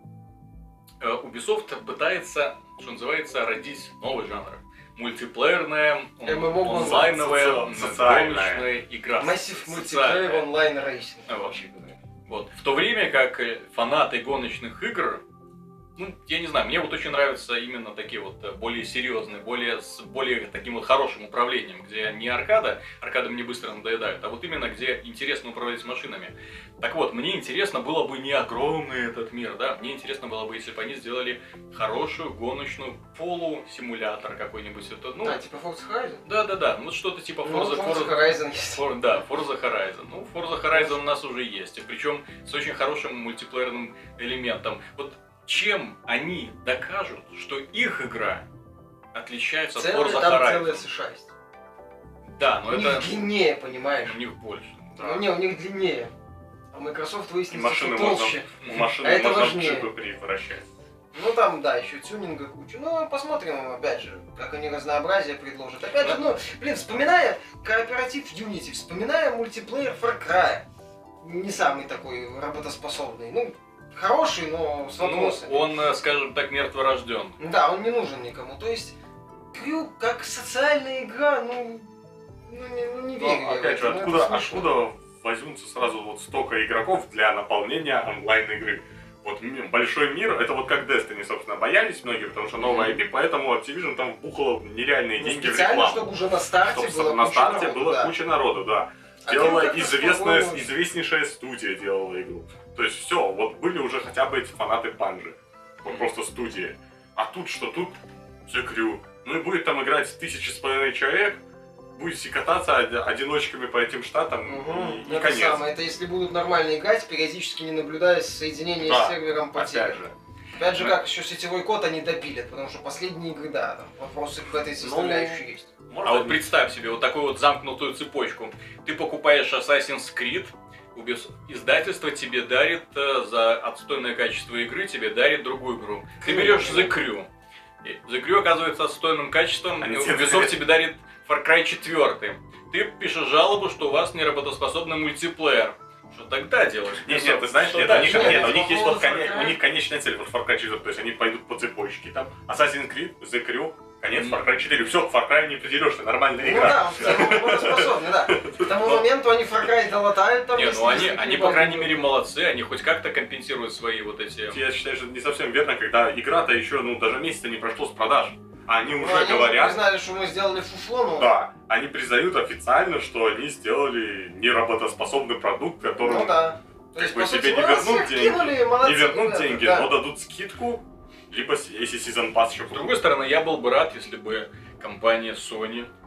э, Ubisoft пытается, что называется, родить новый жанр. Мультиплеерная, он- эм эм о онлайновая, соци- социальная. гоночная игра. Массив Социальная. мультиплеер онлайн рейсинг. Вот. вообще говоря. Вот. В то время как э, фанаты гоночных игр, ну, я не знаю, мне вот очень нравятся именно такие вот э, более серьезные, более, с более таким вот хорошим управлением, где не аркада, аркады мне быстро надоедают, а вот именно где интересно управлять машинами. Так вот, мне интересно было бы не огромный этот мир, да, мне интересно было бы, если бы они сделали хорошую гоночную полусимулятор какой-нибудь. Это, ну, А, типа Forza Horizon? да-да-да, ну вот что-то типа Ну, Forza, Forza Forza, Horizon есть. Фор- да, Forza Horizon. Ну, Forza Horizon у нас уже есть, и причем с очень хорошим мультиплеерным элементом. Вот чем они докажут, что их игра отличается от Целая, Forza там Horizon? целая США есть. Да, но У это них длиннее, понимаешь? у них больше. Да. Ну не, у них длиннее. А Microsoft И выяснилось, машины что можно, толще. у машины А это можно важнее. джипы превращать. Ну там, да, еще тюнинга куча. Ну, посмотрим, опять же, как они разнообразие предложат. Опять же, ну, блин, вспоминая кооператив Unity, вспоминая мультиплеер Far Cry. Не самый такой работоспособный. Ну, хороший, но с Ну, вопросами. он, э, скажем так, мертворожден. Да, он не нужен никому. То есть, Крю как социальная игра, ну, ну не, ну, не Но, верю. я в опять же, это, ну, это откуда, смешно. откуда возьмутся сразу вот столько игроков для наполнения онлайн-игры? Вот м- большой мир, это вот как Destiny, собственно, боялись многие, потому что новая ай пи, поэтому Activision там вбухала нереальные Ну, деньги в специально, рекламу. чтобы уже на старте Чтобы было на куча старте народу, было да. куча народу, да. А Делала Крю как-то известная, спокойно. известнейшая студия делала игру. То есть все, вот были уже хотя бы эти фанаты Банжи. Вот просто студия. А тут что? Тут The Crew. Ну и будет там играть тысячи с половиной человек, будете кататься од- одиночками по этим штатам, Угу. и, и Это конец. самое, это если будут нормально играть, периодически не наблюдая соединение Да, с сервером Опять потерь. же. Опять же, Ну. как еще сетевой код они допилят, потому что последние игры, да, там вопросы к этой составляющей есть. Может, А вот они- представь себе вот такую вот замкнутую цепочку. Ты покупаешь Assassin's Creed, Ubis- издательство тебе дарит э, за отстойное качество игры, тебе дарит другую игру. Ты Crew. берешь The Crew. И The Crew оказывается отстойным качеством, Они и тебе Ubisoft дарят- тебе дарит Far Cry четыре. Ты пишешь жалобу, что у вас неработоспособный мультиплеер. Что тогда делать? Нет, нет, ты знаешь, Что нет, дальше? у них, Нет, нет, у них по есть вот поводу коне- Far Cry. у них конечная цель, вот Far Cry четыре, то есть они пойдут по цепочке, там Assassin's Creed, The Crew, конец Мгм. Far Cry четыре, все, к Far Cry не придерешься, нормальная Ну игра. да, в целом работоспособны, да. К тому моменту они Far Cry долатают там. Не, если ну они, если они не по крайней помню. мере молодцы, они хоть как-то компенсируют свои вот эти... Я считаю, что это не совсем верно, когда игра-то еще, ну, даже месяца не прошло с продаж. А они Ну, уже они говорят, признали, что мы сделали фуфло, но... да, они признают официально, что они сделали неработоспособный продукт, который Ну да. То как есть, бы по себе сути, не молодцы, вернут деньги, кинули, молодцы, не вернут ребята, деньги, да. но дадут скидку, либо с- если сезон пас еще С другой стороны, я был бы рад, если бы компания Sony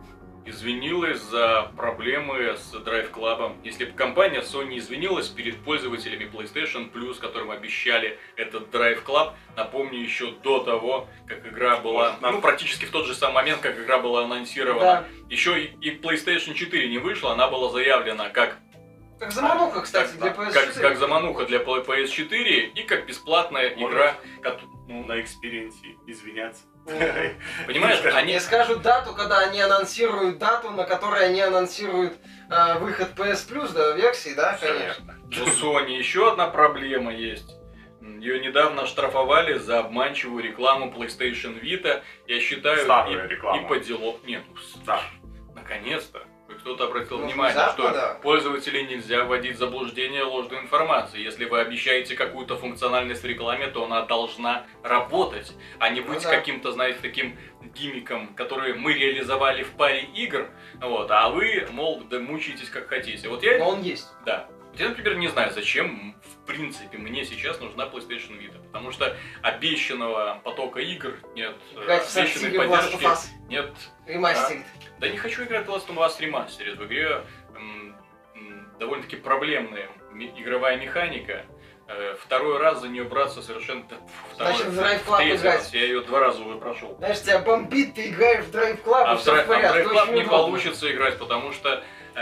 извинилась за проблемы с Drive Club. Если бы компания Sony извинилась перед пользователями PlayStation Plus, которым обещали этот Drive Club, напомню, еще до того, как игра была, Вот, ну, практически в тот же самый момент, как игра была анонсирована, Да. еще и, и PlayStation четыре не вышла, она была заявлена как, Как замануха, кстати, как, для пи эс как, четыре. как замануха для пи эс четыре и как бесплатная Может, игра. кот- ну, На экспириенсе извиняться. понимаешь, они... Они скажут дату, когда они анонсируют дату, на которой они анонсируют э, выход пи эс Plus, да, версии, да, Всё конечно. верно. У Sony еще одна проблема есть. Ее недавно оштрафовали за обманчивую рекламу PlayStation Vita. Я считаю, Старую и, рекламу. и по делу... Нет, ну, с- Да. наконец-то. Кто-то обратил Ну, внимание, внезапно, что да. пользователей нельзя вводить в заблуждение ложной информации. Если вы обещаете какую-то функциональность в рекламе, то она должна работать, а не Ну быть да. каким-то, знаете, таким гиммиком, который мы реализовали в паре игр, вот, а вы, мол, да мучаетесь как хотите. Вот я... Но он есть. Да. Вот я, например, не знаю, зачем, в принципе, мне сейчас нужна PlayStation Vita. Потому что обещанного потока игр нет, э, Играть в обещанной Сансиге в Last of поддержки Us. нет. Ремастерит. Да не хочу играть в Last of Us Remastered. В игре м, м, довольно-таки проблемная ми- игровая механика. Э, второй раз за нее браться совершенно... да, фу, второй, Значит, в в Drive Club третий играть. раз. Я ее два раза уже прошел. Знаешь, тебя бомбит, ты играешь в Drive Club, А и в все Drive, в порядке. а в Drive Club очень не удобно. получится играть, потому что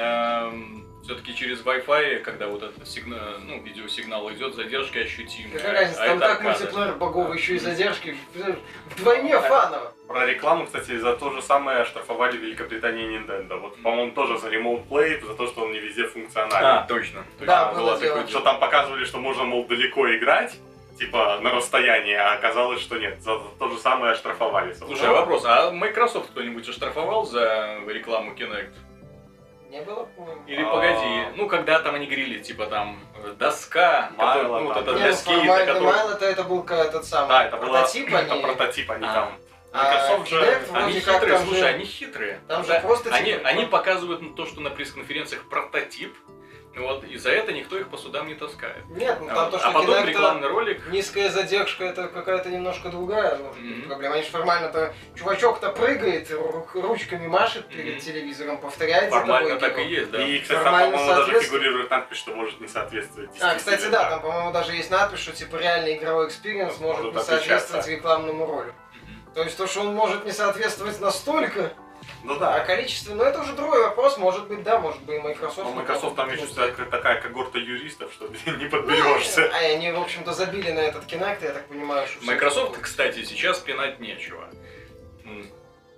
все-таки через Wi-Fi, когда вот этот сигнал, ну, видеосигнал идет, задержка ощутимая. Какая разница, а там это так аркада. мультиплеер богов, еще и задержки. Вдвойне фаново. Про рекламу, кстати, за то же самое оштрафовали в Великобритании и Nintendo. Вот, по-моему, тоже за Remote Play, за то, что он не везде функционален. А, точно. точно. Да, Было было такое дело. дело. Что там показывали, что можно, мол, далеко играть, типа на расстоянии, а оказалось, что нет. За то же самое оштрафовали. Слушай, а вопрос, а Microsoft кто-нибудь оштрафовал за рекламу Kinect? Не было, по-моему. Или А. погоди, ну когда там они говорили, типа там э, доска, Майло которая- ну, вот там. это Не, для ну, скейта, формально, который- Майл это, это был ка- этот самый Да, это была- прототип, это они... прототип, они А. там. А Microsoft же... Kinect Они вроде как хитрые, там слушай, же- они хитрые. там же Да. просто они, типа- они показывают ну, то, что на пресс-конференциях прототип, вот, и за это никто их по судам не таскает. Нет, ну А, там вот. то, что а потом Kinect рекламный ролик. низкая задержка, это какая-то немножко другая может быть, Мгм. проблема. Они же формально-то, чувачок-то прыгает, ру- ручками машет перед Мгм. телевизором, повторяет за Формально тобой так и кино. есть, да. И, кстати, там, Формально по-моему, даже соответствует. фигурирует надпись, что может не соответствовать А, кстати, да, действительно. там, по-моему, даже есть надпись, что типа реальный игровой экспириенс Может может не отличаться. соответствовать рекламному ролику. Мгм. То есть то, что он может не соответствовать настолько, Ну а да. количество, ну это уже другой вопрос, может быть, да, может быть, и Microsoft. Но не Microsoft там может еще быть. такая, такая когорта юристов, что не Ну, подберешься. А они, в общем-то, забили на этот Kinect, я так понимаю, что... всё Microsoft, это- кстати, сейчас пинать нечего. М.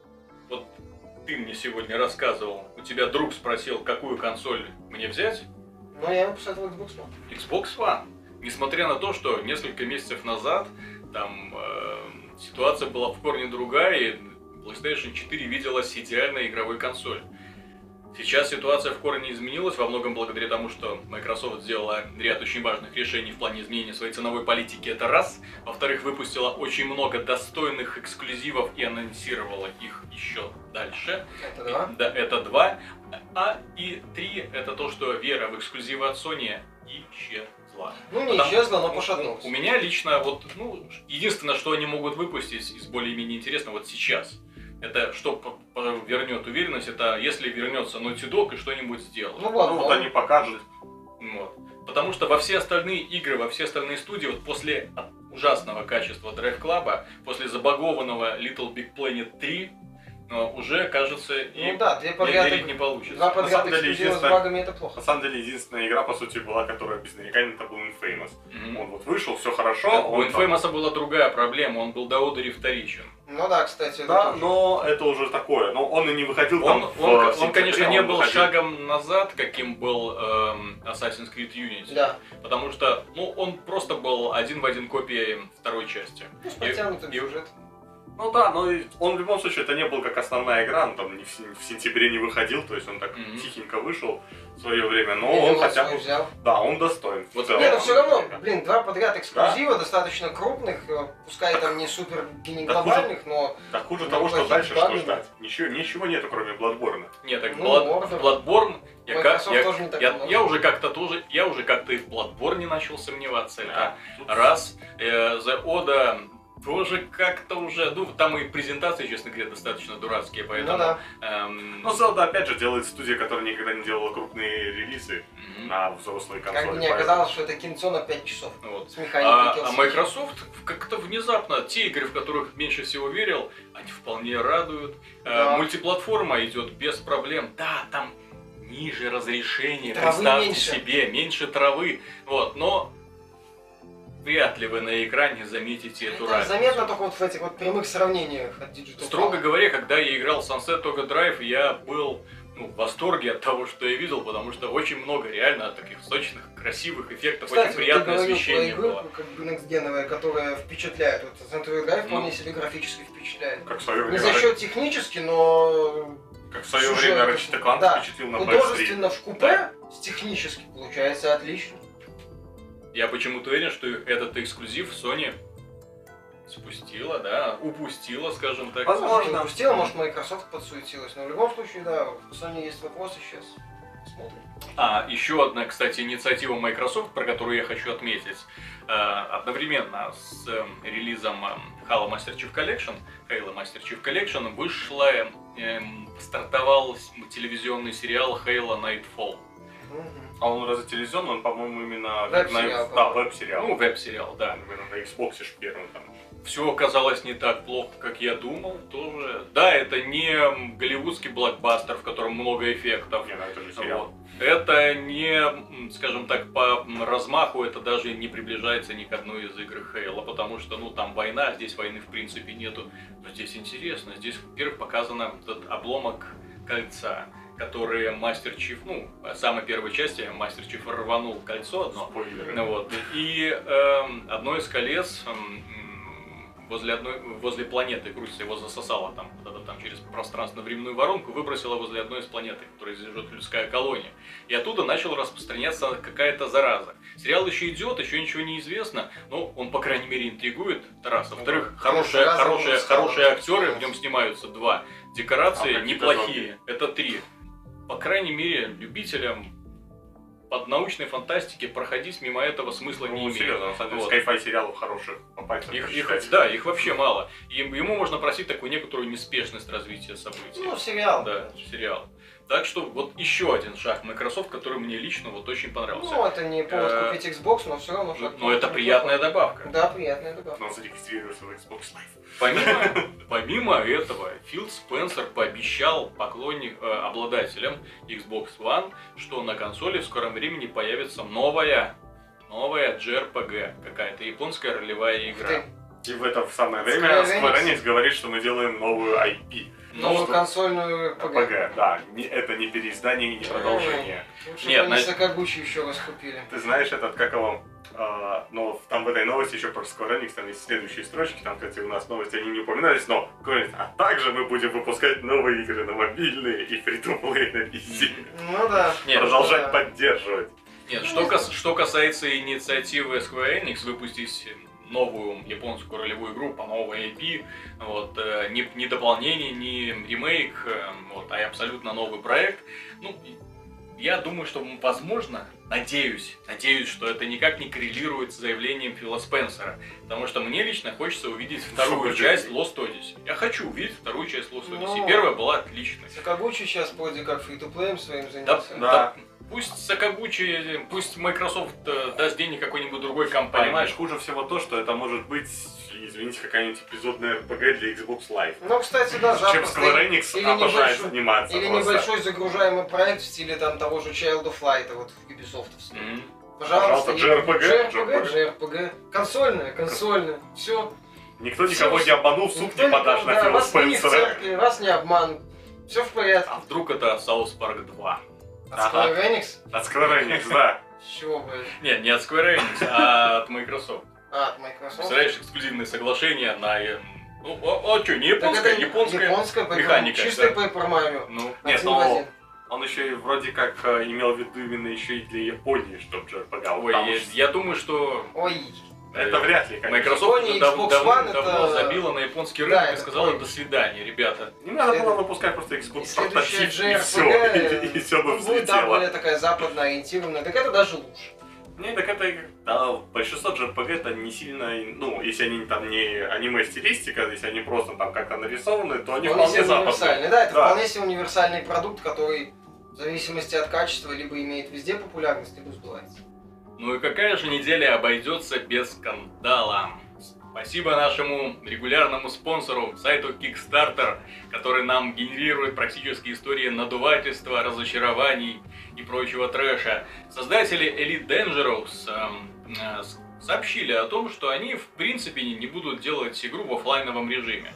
Вот ты мне сегодня рассказывал, у тебя друг спросил, какую консоль мне взять. Ну, я ему посоветовал Xbox One. Xbox One. Несмотря на то, что несколько месяцев назад там э, ситуация была в корне другая, и PlayStation четыре виделась идеальной игровой консоль. Сейчас ситуация в корне изменилась, во многом благодаря тому, что Microsoft сделала ряд очень важных решений в плане изменения своей ценовой политики, это раз. Во-вторых, выпустила очень много достойных эксклюзивов и анонсировала их еще дальше. Это два. Да, это два. А и три, это то, что вера в эксклюзивы от Sony исчезла. Ну, не Потому- исчезла, но у- пошатнулась. У, у меня лично вот, ну, единственное, что они могут выпустить из более-менее интересного вот сейчас, это что п- п- вернет уверенность, это если вернется Naughty Dog и что-нибудь сделает. Ну, Ну вот ладно. они покажут. Вот. Потому что во все остальные игры, во все остальные студии, вот после от- ужасного качества Drive Club, после забагованного Little Big Planet три, э, уже, кажется, и Ну да, две и подряд, верить не получится. два подряд самом деле, эксклюзива с единственное- багами это плохо. На самом деле, единственная игра, по сути, была, которая без нареканий, это был Infamous. Мгм. Он вот вышел, все хорошо. Да, у он там- Infamous была другая проблема, он был до одури вторичен. Ну да, кстати, это Да, тоже. но это уже такое. Но он и не выходил Он, там в он, он, сентябре, конечно, не он был выходил. шагом назад, каким был эм, Assassin's Creed Unity. Да. Потому что, ну, он просто был один в один копией второй части. Ну, с И- подтянутым и- сюжетом. Ну да, но и он в любом случае это не был как основная игра, он там не в, сен- в сентябре не выходил, то есть он так Мгм. тихенько вышел в свое время, но И он эмоции хотя бы, взял. да, он достоин. Вот В целом, Не, но он все равно, достоин. блин, два подряд эксклюзива, достаточно крупных, э, пускай там не супер не Так глобальных, но Так хуже Ну, того, что плохих дальше что багов. ждать. Ничего, ничего нету, кроме Bloodborne. Нет, так Ну, Blood- Mordor. Bloodborne, я, как, Microsoft я, тоже не так я, много. я уже как-то тоже, я уже как-то и в Bloodborne начал сомневаться. Это Да. раз. Э, The Oda тоже как-то уже, ну, там и презентации, честно говоря, достаточно дурацкие, поэтому... Ну да. эм, Ну, Zelda, опять же, делает студия, которая никогда не делала крупные релизы мгм. на взрослые консоли. Как бы мне поэтому- казалось, что это кинцо на пять часов. Вот. С механикой А, Kill а Switch. Microsoft как-то внезапно, те игры, в которых меньше всего верил, они вполне радуют. Э, Да. Мультиплатформа идет без проблем. Да, там ниже разрешение, Травы представьте меньше. себе, меньше травы. Вот, но вряд ли вы на экране заметите эту Это разницу. заметно только вот в этих вот прямых сравнениях от Digital Строго Power. говоря, когда я играл в Sunset Toga Drive, я был ну, в восторге от того, что я видел, потому что очень много реально таких сочных, красивых эффектов, Кстати, очень вот приятное ты говорил освещение про игру, было. как бы некстгеновая, которая впечатляет. Вот Sunset Toga Drive Ну. вполне себе графически впечатляет. Как в свое Не время, за счет технически, но как в свое сюжет, время Ratchet Clank да, впечатлил на пи эс три. художественно в купе с технически получается отлично. Я почему-то уверен, что этот эксклюзив Sony спустила, да, упустила, скажем так. Возможно. Может, упустила, может, Microsoft подсуетилась. Но в любом случае, да, у Sony есть вопросы сейчас. Смотрим. А, еще одна, кстати, инициатива Microsoft, про которую я хочу отметить. Э, одновременно с э, релизом э, Halo Master Chief Collection, Halo Master Chief Collection, вышла, э, стартовал телевизионный сериал Halo Nightfall. Мгм. А он разве телевизионный? Он, по-моему, именно... Веб-сериал, на- Да, по-моему. веб-сериал. Ну, веб-сериал, да. Именно на Xbox ж первым там. Все оказалось не так плохо, как я думал, тоже. Да, это не м, голливудский блокбастер, в котором много эффектов. Не, ну это же сериал. Вот. Это не, м, скажем так, по м, размаху, это даже не приближается ни к одной из игр Halo, потому что, ну, там война, здесь войны в принципе нету. Но здесь интересно, здесь, во-первых, показан этот обломок кольца, который Мастер Чиф, ну, в самой первой части Мастер Чиф рванул кольцо одно. Спойлеры. Ну вот. И эм, одно из колес эм, возле одной возле планеты крутится, его засосало там, куда-то там через пространственно-временную воронку, выбросило возле одной из планет, в которой живет людская колония. И оттуда начала распространяться какая-то зараза. Сериал еще идет, еще ничего не известно, но он, по крайней мере, интригует. Это раз. Во-вторых, Ну, хорошие, зараза хорошие, уже стала хорошие актеры, в распространяться. нем снимаются два. Декорации А какие-то неплохие. Это три. По крайней мере, любителям под научной фантастики проходить мимо этого смысла не Ну, имеет. серьезно, на самом деле, Вот. скайфай сериалов хороших по пальцам Их, их, пересчитать. да, их вообще мало. И ему можно просить такую некоторую неспешность развития событий. Ну, сериал. Да, сериал. Так что вот еще один шаг Microsoft, который мне лично вот очень понравился. Ну, это не повод Э, купить Xbox, но все равно шаг. Но это неплохой. приятная добавка. Да, приятная добавка. Но зарегистрировался в Xbox Live. Помимо, помимо этого, Фил Спенсер пообещал поклонник, э, обладателям Xbox One, что на консоли в скором времени появится новая, новая джей ар пи джи, какая-то японская ролевая Ух игра. ты. И в это в самое время Square Square Enix. Enix говорит, что мы делаем новую ай пи. Новую что- консольную эр пи джи. РПГ, да. Не- Это не переиздание и не продолжение. Лучше Нет, бы они на- Сакагучи еще раз купили. Ты знаешь этот, как его... а, но там в этой новости еще про Square Enix, там есть следующие строчки, там, кстати, у нас новости, они не упоминались, но говорит, а также мы будем выпускать новые игры на мобильные и фри-то-плей на пи си. Ну да. Нет, Продолжать да. поддерживать. Нет, что, кас- что касается инициативы Square Enix выпустить новую японскую ролевую игру по новой ай пи, вот, э, ни, ни дополнение, ни ремейк, э, вот, а абсолютно новый проект, ну, я думаю, что, возможно, надеюсь, надеюсь, что это никак не коррелирует с заявлением Фила Спенсера, потому что мне лично хочется увидеть вторую Супер часть Джей. Lost Odyssey. Я хочу увидеть вторую часть Lost Odyssey. Ну. Первая была отличной. Сакагучи сейчас вроде как фри-то-плеем своим Да, занялся. да. да. Пусть Сакагучи, пусть Microsoft э, даст денег какой-нибудь другой компании. Понимаешь, хуже всего то, что это может быть, извините, какая-нибудь эпизодная эр пи джи для Xbox Live. Ну, кстати, да, Чем запросто. Square Enix Или обожает небольшой- заниматься. Или просто. небольшой загружаемый проект в стиле там того же Child of Light, вот в Ubisoft. Мгм. Пожалуйста, Пожалуйста, джей ар пи джи, джей ар пи джи, джей ар пи джи. джей ар пи джи. Консольная, консольная. Все. Никто никого не обманул, в суд не подашь на Фила вас не в Спенсера. церкви, вас не обманут. Все в порядке. А вдруг это South Park два? От Ага. Square Enix? От Square Enix, да. Чего, блядь? Нет, не от Square Enix, а от Microsoft. А, от Microsoft? Представляешь, эксклюзивное соглашение на... э, Ну, а, а что, не Так японская? это Японская японская Paper- механика. Чистый да. Paper Mario. Ну, Нет, Один в но один. он еще и вроде как э, имел в виду именно еще и для Японии, чтобы джей ар пи джи. ой, потому я, что я думаю, что Ой. это вряд ли, конечно. Microsoft Япония, уже дав- Xbox дав- One давно это- забила на японский Да, рынок и это сказала правильно. до свидания, ребята. Не надо было Следует- выпускать просто И Xbox следующая прототип, джей и ар пи все, джи и, все бы будет, да, более взлетело. такая западно ориентированная. Так это даже лучше. Не, так это, да, большинство джей ар пи джи это не сильно, ну, если они там не аниме-стилистика, если они просто там как-то нарисованы, то они Вполне вполне себе универсальный. западные. Да, это Да. вполне себе универсальный продукт, который в зависимости от качества либо имеет везде популярность, либо сбывается. Ну и какая же неделя обойдется без скандала? Спасибо нашему регулярному спонсору, сайту Kickstarter, который нам генерирует практически истории надувательства, разочарований и прочего трэша. Создатели Elite Dangerous эм, э, сообщили о том, что они в принципе не будут делать игру в оффлайновом режиме.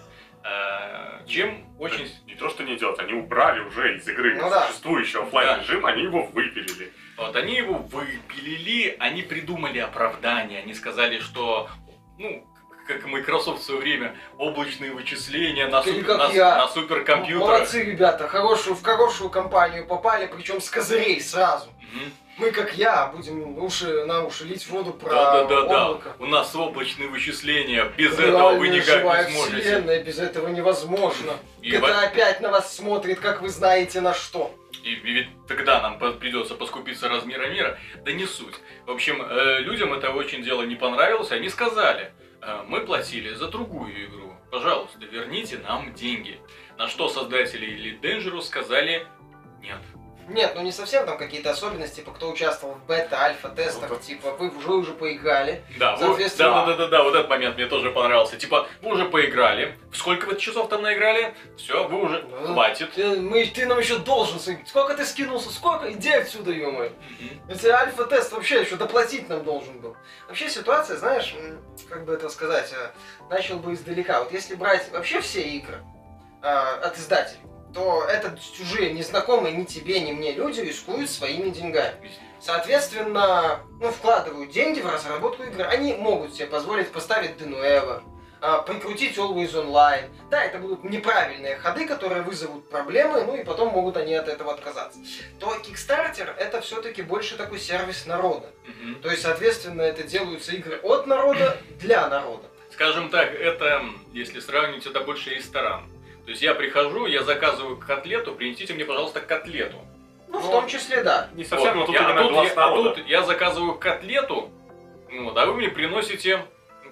Э, чем очень... Не то, что не делать, они убрали уже из игры Ну да. существующий оффлайн режим, они его выпилили. Вот они его выпилили, они придумали оправдание, они сказали, что, ну, как Microsoft в свое время, облачные вычисления на, Или суп- как на, я. на суперкомпьютерах. Молодцы, ребята, хорошую, в хорошую компанию попали, причем с козырей сразу. Мгм. Мы, как я, будем уши на уши лить воду про Да-да-да-да, облако. у нас облачные вычисления, без этого вы Реальная никак живая не сможете. вселенная, без этого невозможно. И джи ти эй во- опять на вас смотрит, как вы знаете на что. И ведь тогда нам по- придется поскупиться размера мира, да не суть. В общем, э, людям это очень дело не понравилось, они сказали, э, мы платили за другую игру, пожалуйста, верните нам деньги. На что создатели Elite Dangerous сказали нет. Нет, ну не совсем там какие-то особенности, типа кто участвовал в бета, альфа-тестах, Ну, вот. типа вы уже уже поиграли. Да, вы- Соответственно- да, да, да, да, да, вот этот момент мне тоже понравился. Типа, вы уже поиграли, сколько вы часов там наиграли? Все, вы уже, Ну, хватит. Ты, мы, ты нам еще должен, сын. Сколько ты скинулся, сколько? Иди отсюда, ё Мгм. Если альфа-тест вообще еще доплатить нам должен был. Вообще ситуация, знаешь, м, как бы это сказать, э, начал бы издалека. Вот если брать вообще все игры э, от издателей, то это чужие, незнакомые ни тебе, ни мне люди рискуют своими деньгами. Соответственно, ну, вкладывают деньги в разработку игры. Они могут себе позволить поставить Денуэво, прикрутить Always Online. Да, это будут неправильные ходы, которые вызовут проблемы, ну и потом могут они от этого отказаться. То Kickstarter это все-таки больше такой сервис народа. Мгм. То есть, соответственно, это делаются игры от народа для народа. Скажем так, это, если сравнить, это больше ресторан. То есть я прихожу, я заказываю котлету, принесите мне, пожалуйста, котлету. Ну, в Ну, том числе, да. Не совсем, Вот, но тут я, а именно тут, глаз я, а народа. тут я заказываю котлету, вот, а вы мне приносите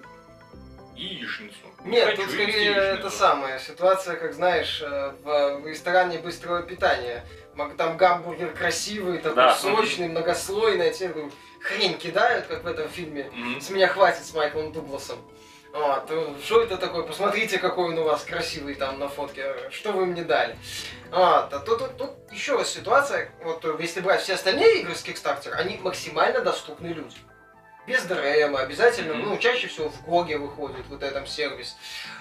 яичницу. Не Нет, хочу тут есть скорее яичницу. это самая ситуация, как знаешь, э, в в ресторане быстрого питания. Мак- Там гамбургер красивый, такой Да. сочный, многослойный, а тебе такую хрень кидают, как в этом фильме Мгм. «С меня хватит» с Майклом Дугласом. Вот, э, что это такое? Посмотрите, какой он у вас красивый там на фотке, что вы мне дали. Вот, а тут, тут, тут еще раз ситуация, вот э, если брать все остальные игры с Kickstarter, они максимально доступны людям. Без ДРМ, обязательно, Мгм. ну, чаще всего в Гоге выходит вот этот сервис.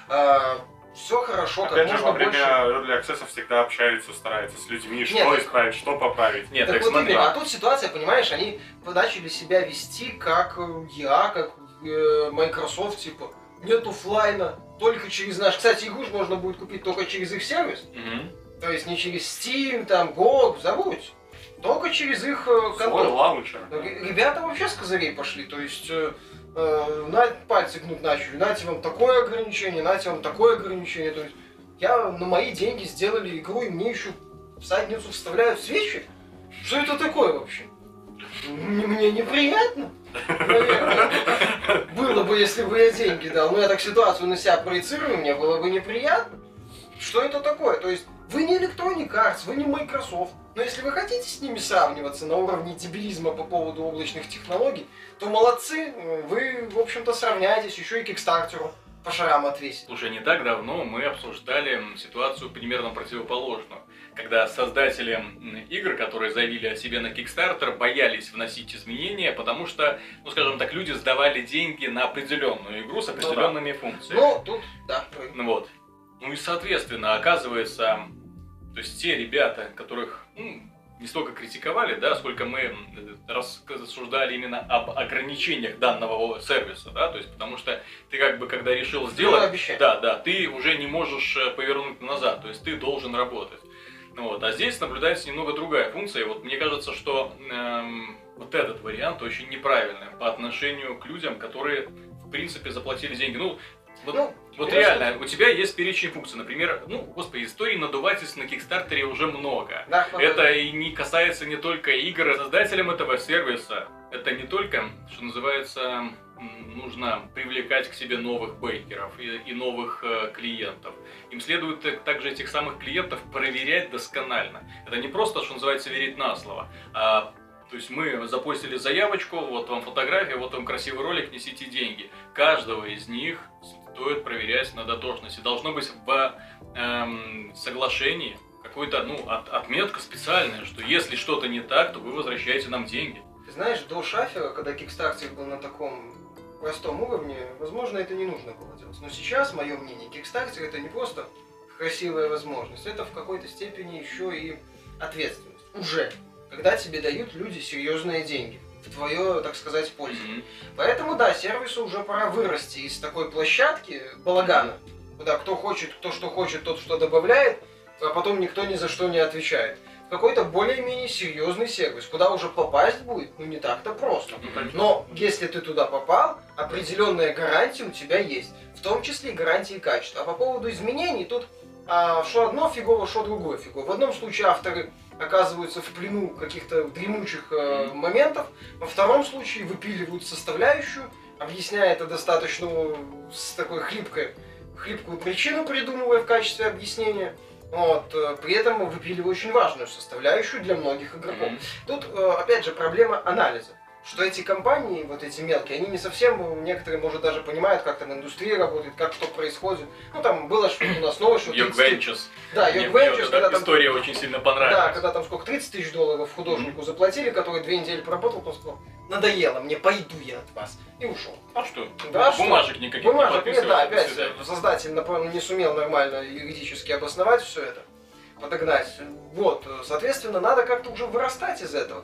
Все хорошо, как Опять же, можно во время больше. Early Access всегда общаются, стараются с людьми, что Нет, так- исправить, что поправить. Нет, Так так вот смотри. именно, а тут ситуация, понимаешь, они начали себя вести как э, я, как э, Microsoft, типа, нет оффлайна, только через наш... Кстати, игру ж можно будет купить только через их сервис, Мгм. то есть не через Steam, там, джи о джи, забудь, только через их э, Свой контор. лаунчер. Ну, ре- Ребята вообще с козырей пошли, то есть э, э, на пальцы гнуть начали, нате вам такое ограничение, нате вам такое ограничение, то есть я на мои деньги сделали игру, и мне еще в задницу вставляют свечи? Что это такое вообще? М- Мне неприятно, наверное. Было бы, если бы я деньги дал, но я так ситуацию на себя проецирую, мне было бы неприятно. Что это такое? То есть вы не Electronic Arts, вы не Microsoft. Но если вы хотите с ними сравниваться на уровне дебилизма по поводу облачных технологий, то молодцы, вы, в общем-то, сравняетесь, еще и Кикстартеру по шарам отвесить. Слушай, не так давно мы обсуждали ситуацию примерно противоположную. Когда создатели м, игр, которые заявили о себе на Kickstarter, боялись вносить изменения, потому что, ну скажем так, люди сдавали деньги на определенную игру с определенными функциями. Ну, тут, да. Ну вот. Ну и соответственно, оказывается, то есть те ребята, которых ну, не столько критиковали, да, сколько мы м, рас- рассуждали именно об ограничениях данного сервиса, да, то есть потому что ты как бы когда решил сделать, обещать. да, да, ты уже не можешь э, повернуть назад, то есть ты должен работать. Ну вот, а здесь наблюдается немного другая функция. И вот мне кажется, что эм, вот этот вариант очень неправильный по отношению к людям, которые в принципе заплатили деньги. Ну, Вот, Ну, вот понимаешь, реально, у тебя есть перечень функций. Например, ну, господи, историй надувательств на Кикстартере уже много. Да, хватает. Это и не касается не только игр. Создателям этого сервиса это не только, что называется, м, нужно привлекать к себе новых бейкеров и, и новых э, клиентов. Им следует э, также этих самых клиентов проверять досконально. Это не просто, что называется, верить на слово. А, то есть мы запостили заявочку, вот вам фотография, вот вам красивый ролик, несите деньги. Каждого из них стоит проверять на дотошность. И должно быть в эм, соглашении какой-то, ну, от, отметка специальная, что если что-то не так, то вы возвращаете нам деньги. Ты знаешь, до Шафера, когда Kickstarter был на таком простом уровне, возможно, это не нужно было делать. Но сейчас, мое мнение, Kickstarter это не просто красивая возможность, это в какой-то степени еще и ответственность. Уже. Когда тебе дают люди серьезные деньги в твое, так сказать, пользование. Mm-hmm. Поэтому, да, сервису уже пора вырасти из такой площадки балагана, куда кто хочет, кто что хочет, тот что добавляет, а потом никто ни за что не отвечает. Какой-то более-менее серьезный сервис, куда уже попасть будет, ну, не так-то просто. Но если ты туда попал, определенная гарантия у тебя есть. В том числе гарантии качества. А по поводу изменений, тут а, что одно фигово, что другое фигово. В одном случае авторы оказываются в плену каких-то дремучих э, моментов, во втором случае выпиливают составляющую, объясняя это достаточно с такой хлипкой, хлипкую причину, придумывая в качестве объяснения. Вот, при этом выпиливаю очень важную составляющую для многих игроков. Mm-hmm. Тут, опять же, проблема анализа. Что эти компании, вот эти мелкие, они не совсем, некоторые, может, даже понимают, как там индустрия работает, как что происходит. Ну, там было что у нас новое, что... Young Ventures. Да, Young Ventures, когда там... История очень сильно понравилась. Да, когда там сколько, тридцать тысяч долларов художнику mm-hmm. заплатили, который две недели поработал, он сказал, надоело, мне пойду я от вас. И ушел. А что? Да, бумажек что? никаких Бумажек не нет, да, опять, свидания. Создатель, напомню, не сумел нормально юридически обосновать все это. Подогнать. Вот, соответственно, надо как-то уже вырастать из этого.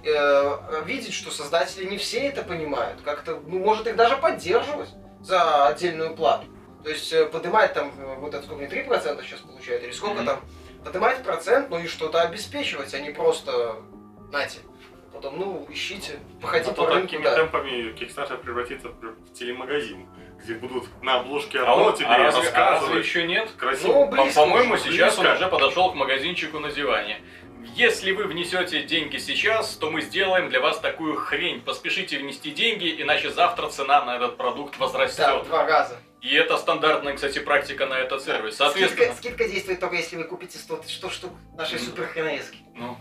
Э, видеть, что создатели не все это понимают. Как-то, ну, может их даже поддерживать за отдельную плату. То есть поднимать там, вот это сколько, не три процента сейчас получают, или сколько mm-hmm. там, поднимать процент, ну и что-то обеспечивать, а не просто, знаете, потом, ну, ищите, походите а по то рынку. Такими да. темпами Kickstarter превратится в телемагазин, где будут на обложке а одно он, тебе а разве, рассказывать. разве еще нет? Красиво. Ну, близко, По-моему, близко. сейчас он уже подошел к магазинчику на диване. Если вы внесете деньги сейчас, то мы сделаем для вас такую хрень. Поспешите внести деньги, иначе завтра цена на этот продукт возрастет. Да, в два раза. И это стандартная, кстати, практика на этот сервис. Соответственно... Скидка, скидка действует только если вы купите сто штук нашей супер хренески. Ну,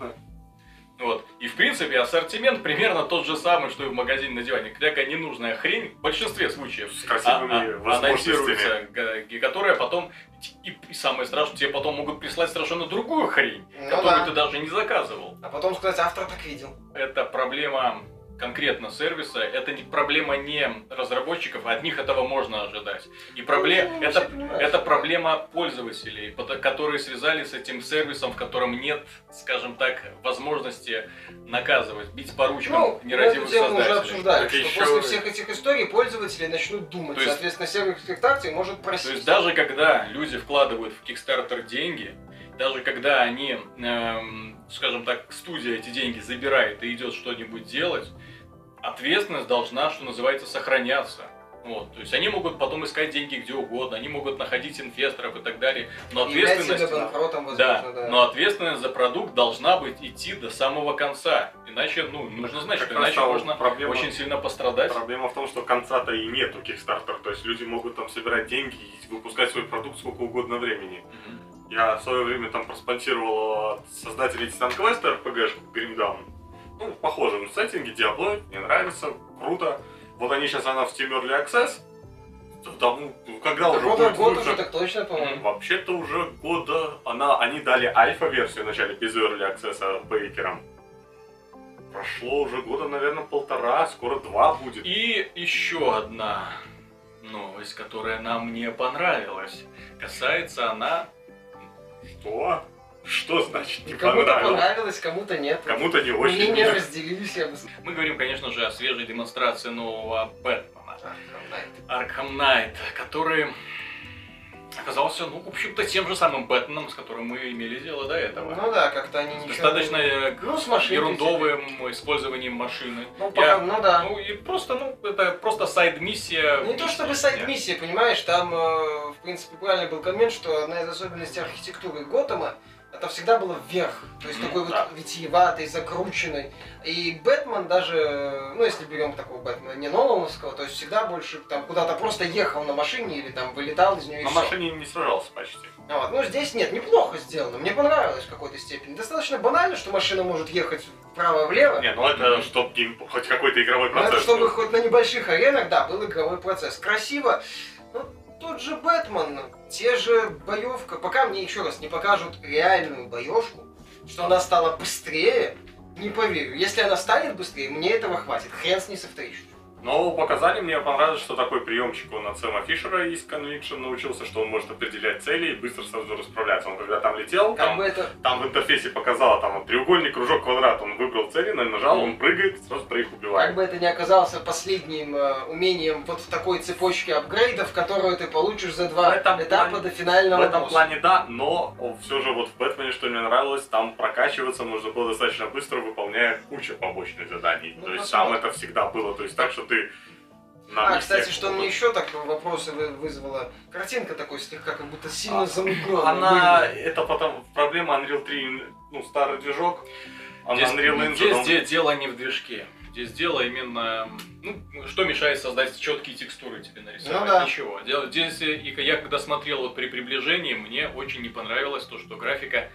вот. И в принципе ассортимент примерно тот же самый, что и в магазине на диване. Всякая ненужная хрень в большинстве случаев с красивыми а, а, возможностями, анонсируется, которая потом, и, и самое страшное, тебе потом могут прислать совершенно другую хрень, ну, которую да. ты даже не заказывал. А потом сказать, автор так видел. Это проблема конкретно сервиса, это не проблема не разработчиков, от них этого можно ожидать. И проблема, ну, это, понимаешь, это да. проблема пользователей, которые связались с этим сервисом, в котором нет, скажем так, возможности наказывать, бить по ручкам Ну, нерадивых мы эту тему уже создателей. обсуждали, Так что еще... после всех этих историй пользователи начнут думать, То есть- соответственно, сервис ВКонтакте может просить. То есть даже когда люди вкладывают в Kickstarter деньги, даже когда они, эм, скажем так, студия эти деньги забирает и идет что-нибудь делать, ответственность должна, что называется, сохраняться. Вот. То есть они могут потом искать деньги где угодно, они могут находить инвесторов и так далее. Но Являть ответственность, себя банкротом, возможно, да, да. но ответственность за продукт должна быть идти до самого конца. Иначе, ну, нужно знать, Как что раз иначе там можно проблема- очень сильно пострадать. Проблема в том, что конца-то и нету Kickstarter. То есть люди могут там собирать деньги и выпускать свой продукт сколько угодно времени. Мгм. Я в свое время там проспонсировал от создателей Titan Quest эр пи джи-шку Grim Dawn. Ну, в похожем сеттинге, Diablo, мне нравится, круто. Вот они сейчас, она в Steam Early Access. Там, ну, когда уже Года, будет год выход? уже так точно, по-моему. Вообще-то уже года. Она, они дали альфа-версию вначале без Early Access бейкерам. Прошло уже года, наверное, полтора, скоро два будет. И еще одна новость, которая нам не понравилась. Касается она... Что? Что значит не Кому-то понравилось? понравилось, кому-то нет. Кому-то не очень. Мнения разделились, я бы сказал. Мы говорим, конечно же, о свежей демонстрации нового Бэтмена. Arkham Knight. Arkham Knight, который... оказался, ну, в общем-то, тем же самым Бэтменом, с которым мы имели дело до этого. Ну да, как-то они ничего... Достаточно не... ну, с машинкой ерундовым себе. Использованием машины. Ну, пока, Я, ну да. Ну, и просто, ну, это просто сайд-миссия. Не то чтобы сайд-миссия, понимаешь, там, э, в принципе, правильный был коммент, что одна из особенностей архитектуры Готэма это всегда было вверх, то есть mm, такой да. вот витиеватый, закрученный. И Бэтмен даже, ну если берем такого Бэтмена, не Нолановского, то есть всегда больше там куда-то просто ехал на машине или там вылетал из нее. На машине не сражался почти. Вот. Ну здесь нет, неплохо сделано, мне понравилось в какой-то степени. Достаточно банально, что машина может ехать вправо-влево. Не, ну это чтобы хоть какой-то игровой процесс. Ну, это чтобы хоть на небольших аренах, да, был игровой процесс. Красиво. Ну, тот же Бэтмен, те же боевка, пока мне еще раз не покажут реальную боевку, что она стала быстрее, не поверю. Если она станет быстрее, мне этого хватит. Хрен с ней с авторичностью. Но показали, мне понравилось, что такой приемчик он от Сэма Фишера из Conviction научился, что он может определять цели и быстро сразу расправляться. Он когда там летел, как там, бы это... там в интерфейсе показало там вот, треугольник, кружок, квадрат, он выбрал цели, нажал, он прыгает, сразу троих убивает. Как бы это ни оказалось последним э, умением вот в такой цепочке апгрейдов, которую ты получишь за два этапа плане, до финального В этом босса. плане да, но все же вот в Бэтмене, что мне нравилось, там прокачиваться можно было достаточно быстро, выполняя кучу побочных заданий. Ну, то есть посмотрим. там это всегда было, то есть так, что ты... А, кстати, что мне еще так вопросы вызвало, картинка такой слегка как будто сильно а, замутненная. Она, были. Это потом проблема Unreal три, ну старый движок, а здесь, Unreal Engine... Здесь, он... здесь дело не в движке, здесь дело именно, ну, что мешает создать четкие текстуры тебе нарисовать, ну, да. Ничего. Дело, здесь, и я когда смотрел вот при приближении, мне очень не понравилось то, что графика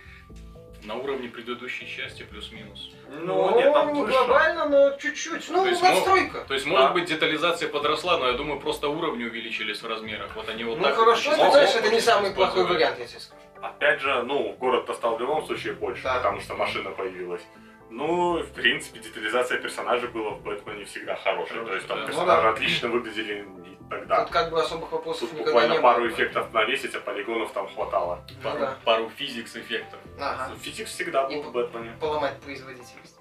на уровне предыдущей части плюс-минус. Ну, нет, там не выше. Глобально, но чуть-чуть. Ну, то есть, настройка. Мог, то есть, может да. быть, детализация подросла, но я думаю, просто уровни увеличились в размерах. Вот они вот ну, так. хорошо, это, знаешь, это не самый плохой вариант, я тебе скажу. Опять же, ну, город-то стал в любом случае больше, да. потому что машина появилась. Ну, в принципе, детализация персонажей была в Бэтмене всегда хорошей. Хорошо, то есть там да. персонажи ну, да. отлично выглядели и тогда. Тут как бы особых вопросов Тут никогда не было. буквально пару эффектов навесить, а полигонов там хватало. Ну, пару, да. пару физикс-эффектов. Ага. Физикс всегда был и в Бэтмене. Поломать производительность.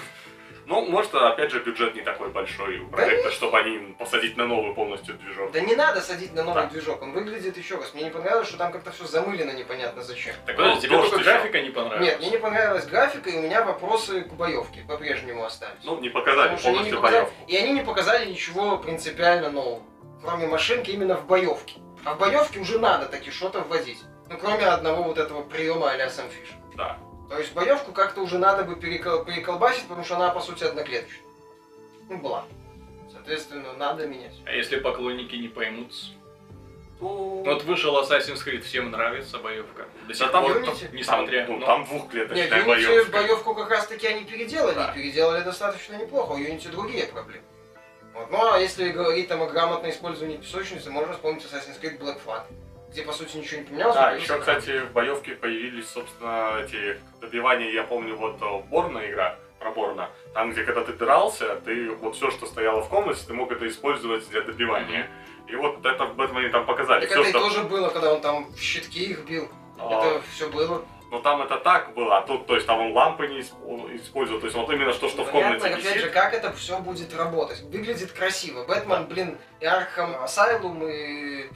Ну, может, опять же, бюджет не такой большой у проекта, да чтобы они посадить на новый полностью движок. Да не надо садить на новый да. движок, он выглядит еще раз. Мне не понравилось, что там как-то все замылено непонятно зачем. Так подожди, тебе только графика не понравилась? Нет, мне не понравилась графика, и у меня вопросы к боевке по-прежнему остались. Ну, не показали полностью не показали, боевку. И они не показали ничего принципиально нового, кроме машинки именно в боевке. А в боевке уже надо таки что-то вводить. Ну, кроме одного вот этого приема а-ля Сэм Фиш. Да. То есть боевку как-то уже надо бы перекол- переколбасить, потому что она, по сути, одноклеточная. Ну, была. Соответственно, надо менять. А если поклонники не поймут? Ну, вот вышел Assassin's Creed, всем нравится боевка. До сих да, пор, там, несмотря... Там, ну, но... там двухклеточная Нет, боевка. боевку как раз таки они переделали, да. и переделали достаточно неплохо. У Unity другие проблемы. Вот. Ну, а если говорить там о грамотном использовании песочницы, можно вспомнить Assassin's Creed Black Flag, где, по сути, ничего не поменялось. Да, еще, кстати, в боевке появились, собственно, эти добивания, я помню, вот Борна игра, про Борна, там, где когда ты дрался, ты вот все, что стояло в комнате, ты мог это использовать для добивания. Mm-hmm. И вот это в Бэтмене там показали. Так все, это что... и тоже было, когда он там в щитки их бил. А... Это все было. Ну там это так было, а тут, то есть там он лампы не использовал, то есть вот именно что, что ну, в комнате понятно, висит. Опять же, как это все будет работать? Выглядит красиво. Бэтмен, блин, и Арkham Asylum, и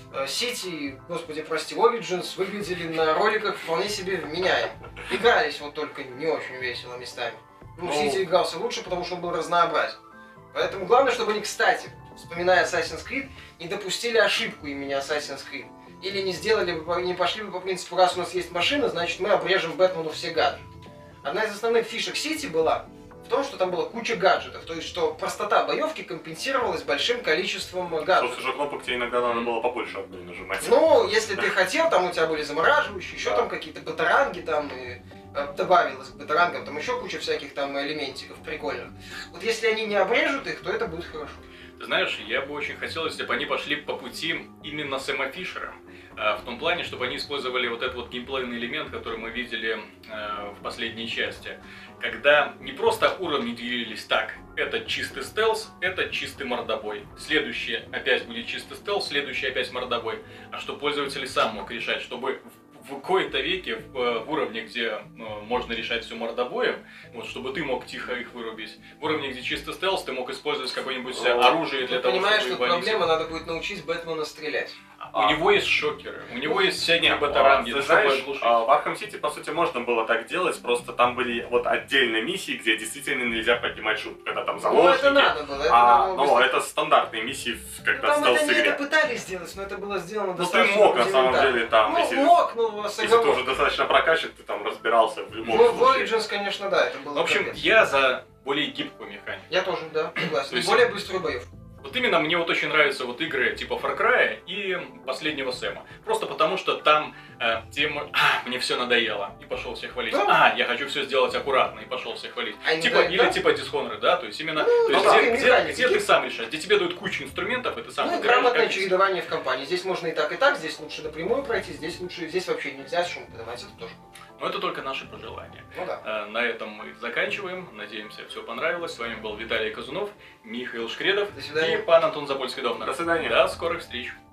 Сити, господи, прости, Origins выглядели на роликах вполне себе вменяемо. Игрались вот только не очень весело местами. Ну, Сити игрался лучше, потому что он был разнообразен. Поэтому главное, чтобы они, кстати, вспоминая Assassin's Creed, не допустили ошибку имени Assassin's Creed. Или не сделали, не пошли бы по принципу, раз у нас есть машина, значит мы обрежем Бэтмену все гаджеты. Одна из основных фишек Сити была в том, что там была куча гаджетов, то есть что простота боевки компенсировалась большим количеством гаджетов. Собственно, кнопок тебе иногда надо было побольше одной нажимать. Ну, если ты хотел, там у тебя были замораживающие, еще да. там какие-то батаранги, там и э, добавилось к батарангам, там еще куча всяких там элементиков прикольных. Вот если они не обрежут их, то это будет хорошо. Ты знаешь, я бы очень хотел, если бы они пошли по пути именно Сэма Фишера. В том плане, чтобы они использовали вот этот вот геймплейный элемент, который мы видели в последней части. Когда не просто уровни делились так, это чистый стелс, это чистый мордобой. Следующий опять будет чистый стелс, следующий опять мордобой. А что пользователь сам мог решать, чтобы в кои-то веке, в, в уровне, где ну, можно решать все мордобоем, вот, чтобы ты мог тихо их вырубить. В уровне, где чисто стелс, ты мог использовать какое-нибудь оружие для ты того, понимаешь, чтобы что проблема, надо будет научить Бэтмена стрелять. У него есть шокеры, у него есть всякие Нет, батаранги, ты чтобы знаешь, оглушить. а, в Arkham City, по сути, можно было так делать, просто там были вот отдельные миссии, где действительно нельзя поднимать шум, когда там Ну, заложники. это надо было, это а, надо было ну, быстро- это стандартные миссии, в- Ну, когда там это стелс не это игре. пытались сделать, но это было сделано Ну, ты достаточно мог, на самом рудиментарно. деле, там, Ну, если, мог, ну, с если ты оговоркой. уже достаточно прокачан, ты там разбирался в любом Ну, в случае. Origins, конечно, да, это было В общем, капец. я за более гибкую механику. Я тоже, да, согласен. То есть- Более быструю боевку. Вот именно мне вот очень нравятся вот игры типа Far Cry и последнего Сэма. Просто потому что там э, тема «А, мне все надоело» и пошел всех хвалить. Да. А, я хочу все сделать аккуратно и пошел всех хвалить. А не Типа, дают, или да? типа Dishonored, да, то есть именно, Ну, то есть ну да, где, и где- механики. где ты сам решаешь, где тебе дают кучу инструментов, и ты сам Ну и выбираешь, грамотное как чередование в компании. Здесь можно и так, и так, здесь лучше напрямую пройти, здесь лучше, здесь вообще нельзя шум поднимать, это тоже. Но это только наши пожелания. Ну да. Э, На этом мы заканчиваем. Надеемся, все понравилось. С вами был Виталий Казунов, Михаил Шкредов До и свидания. пан Антон Забольский-Довнер. До свидания. До скорых встреч.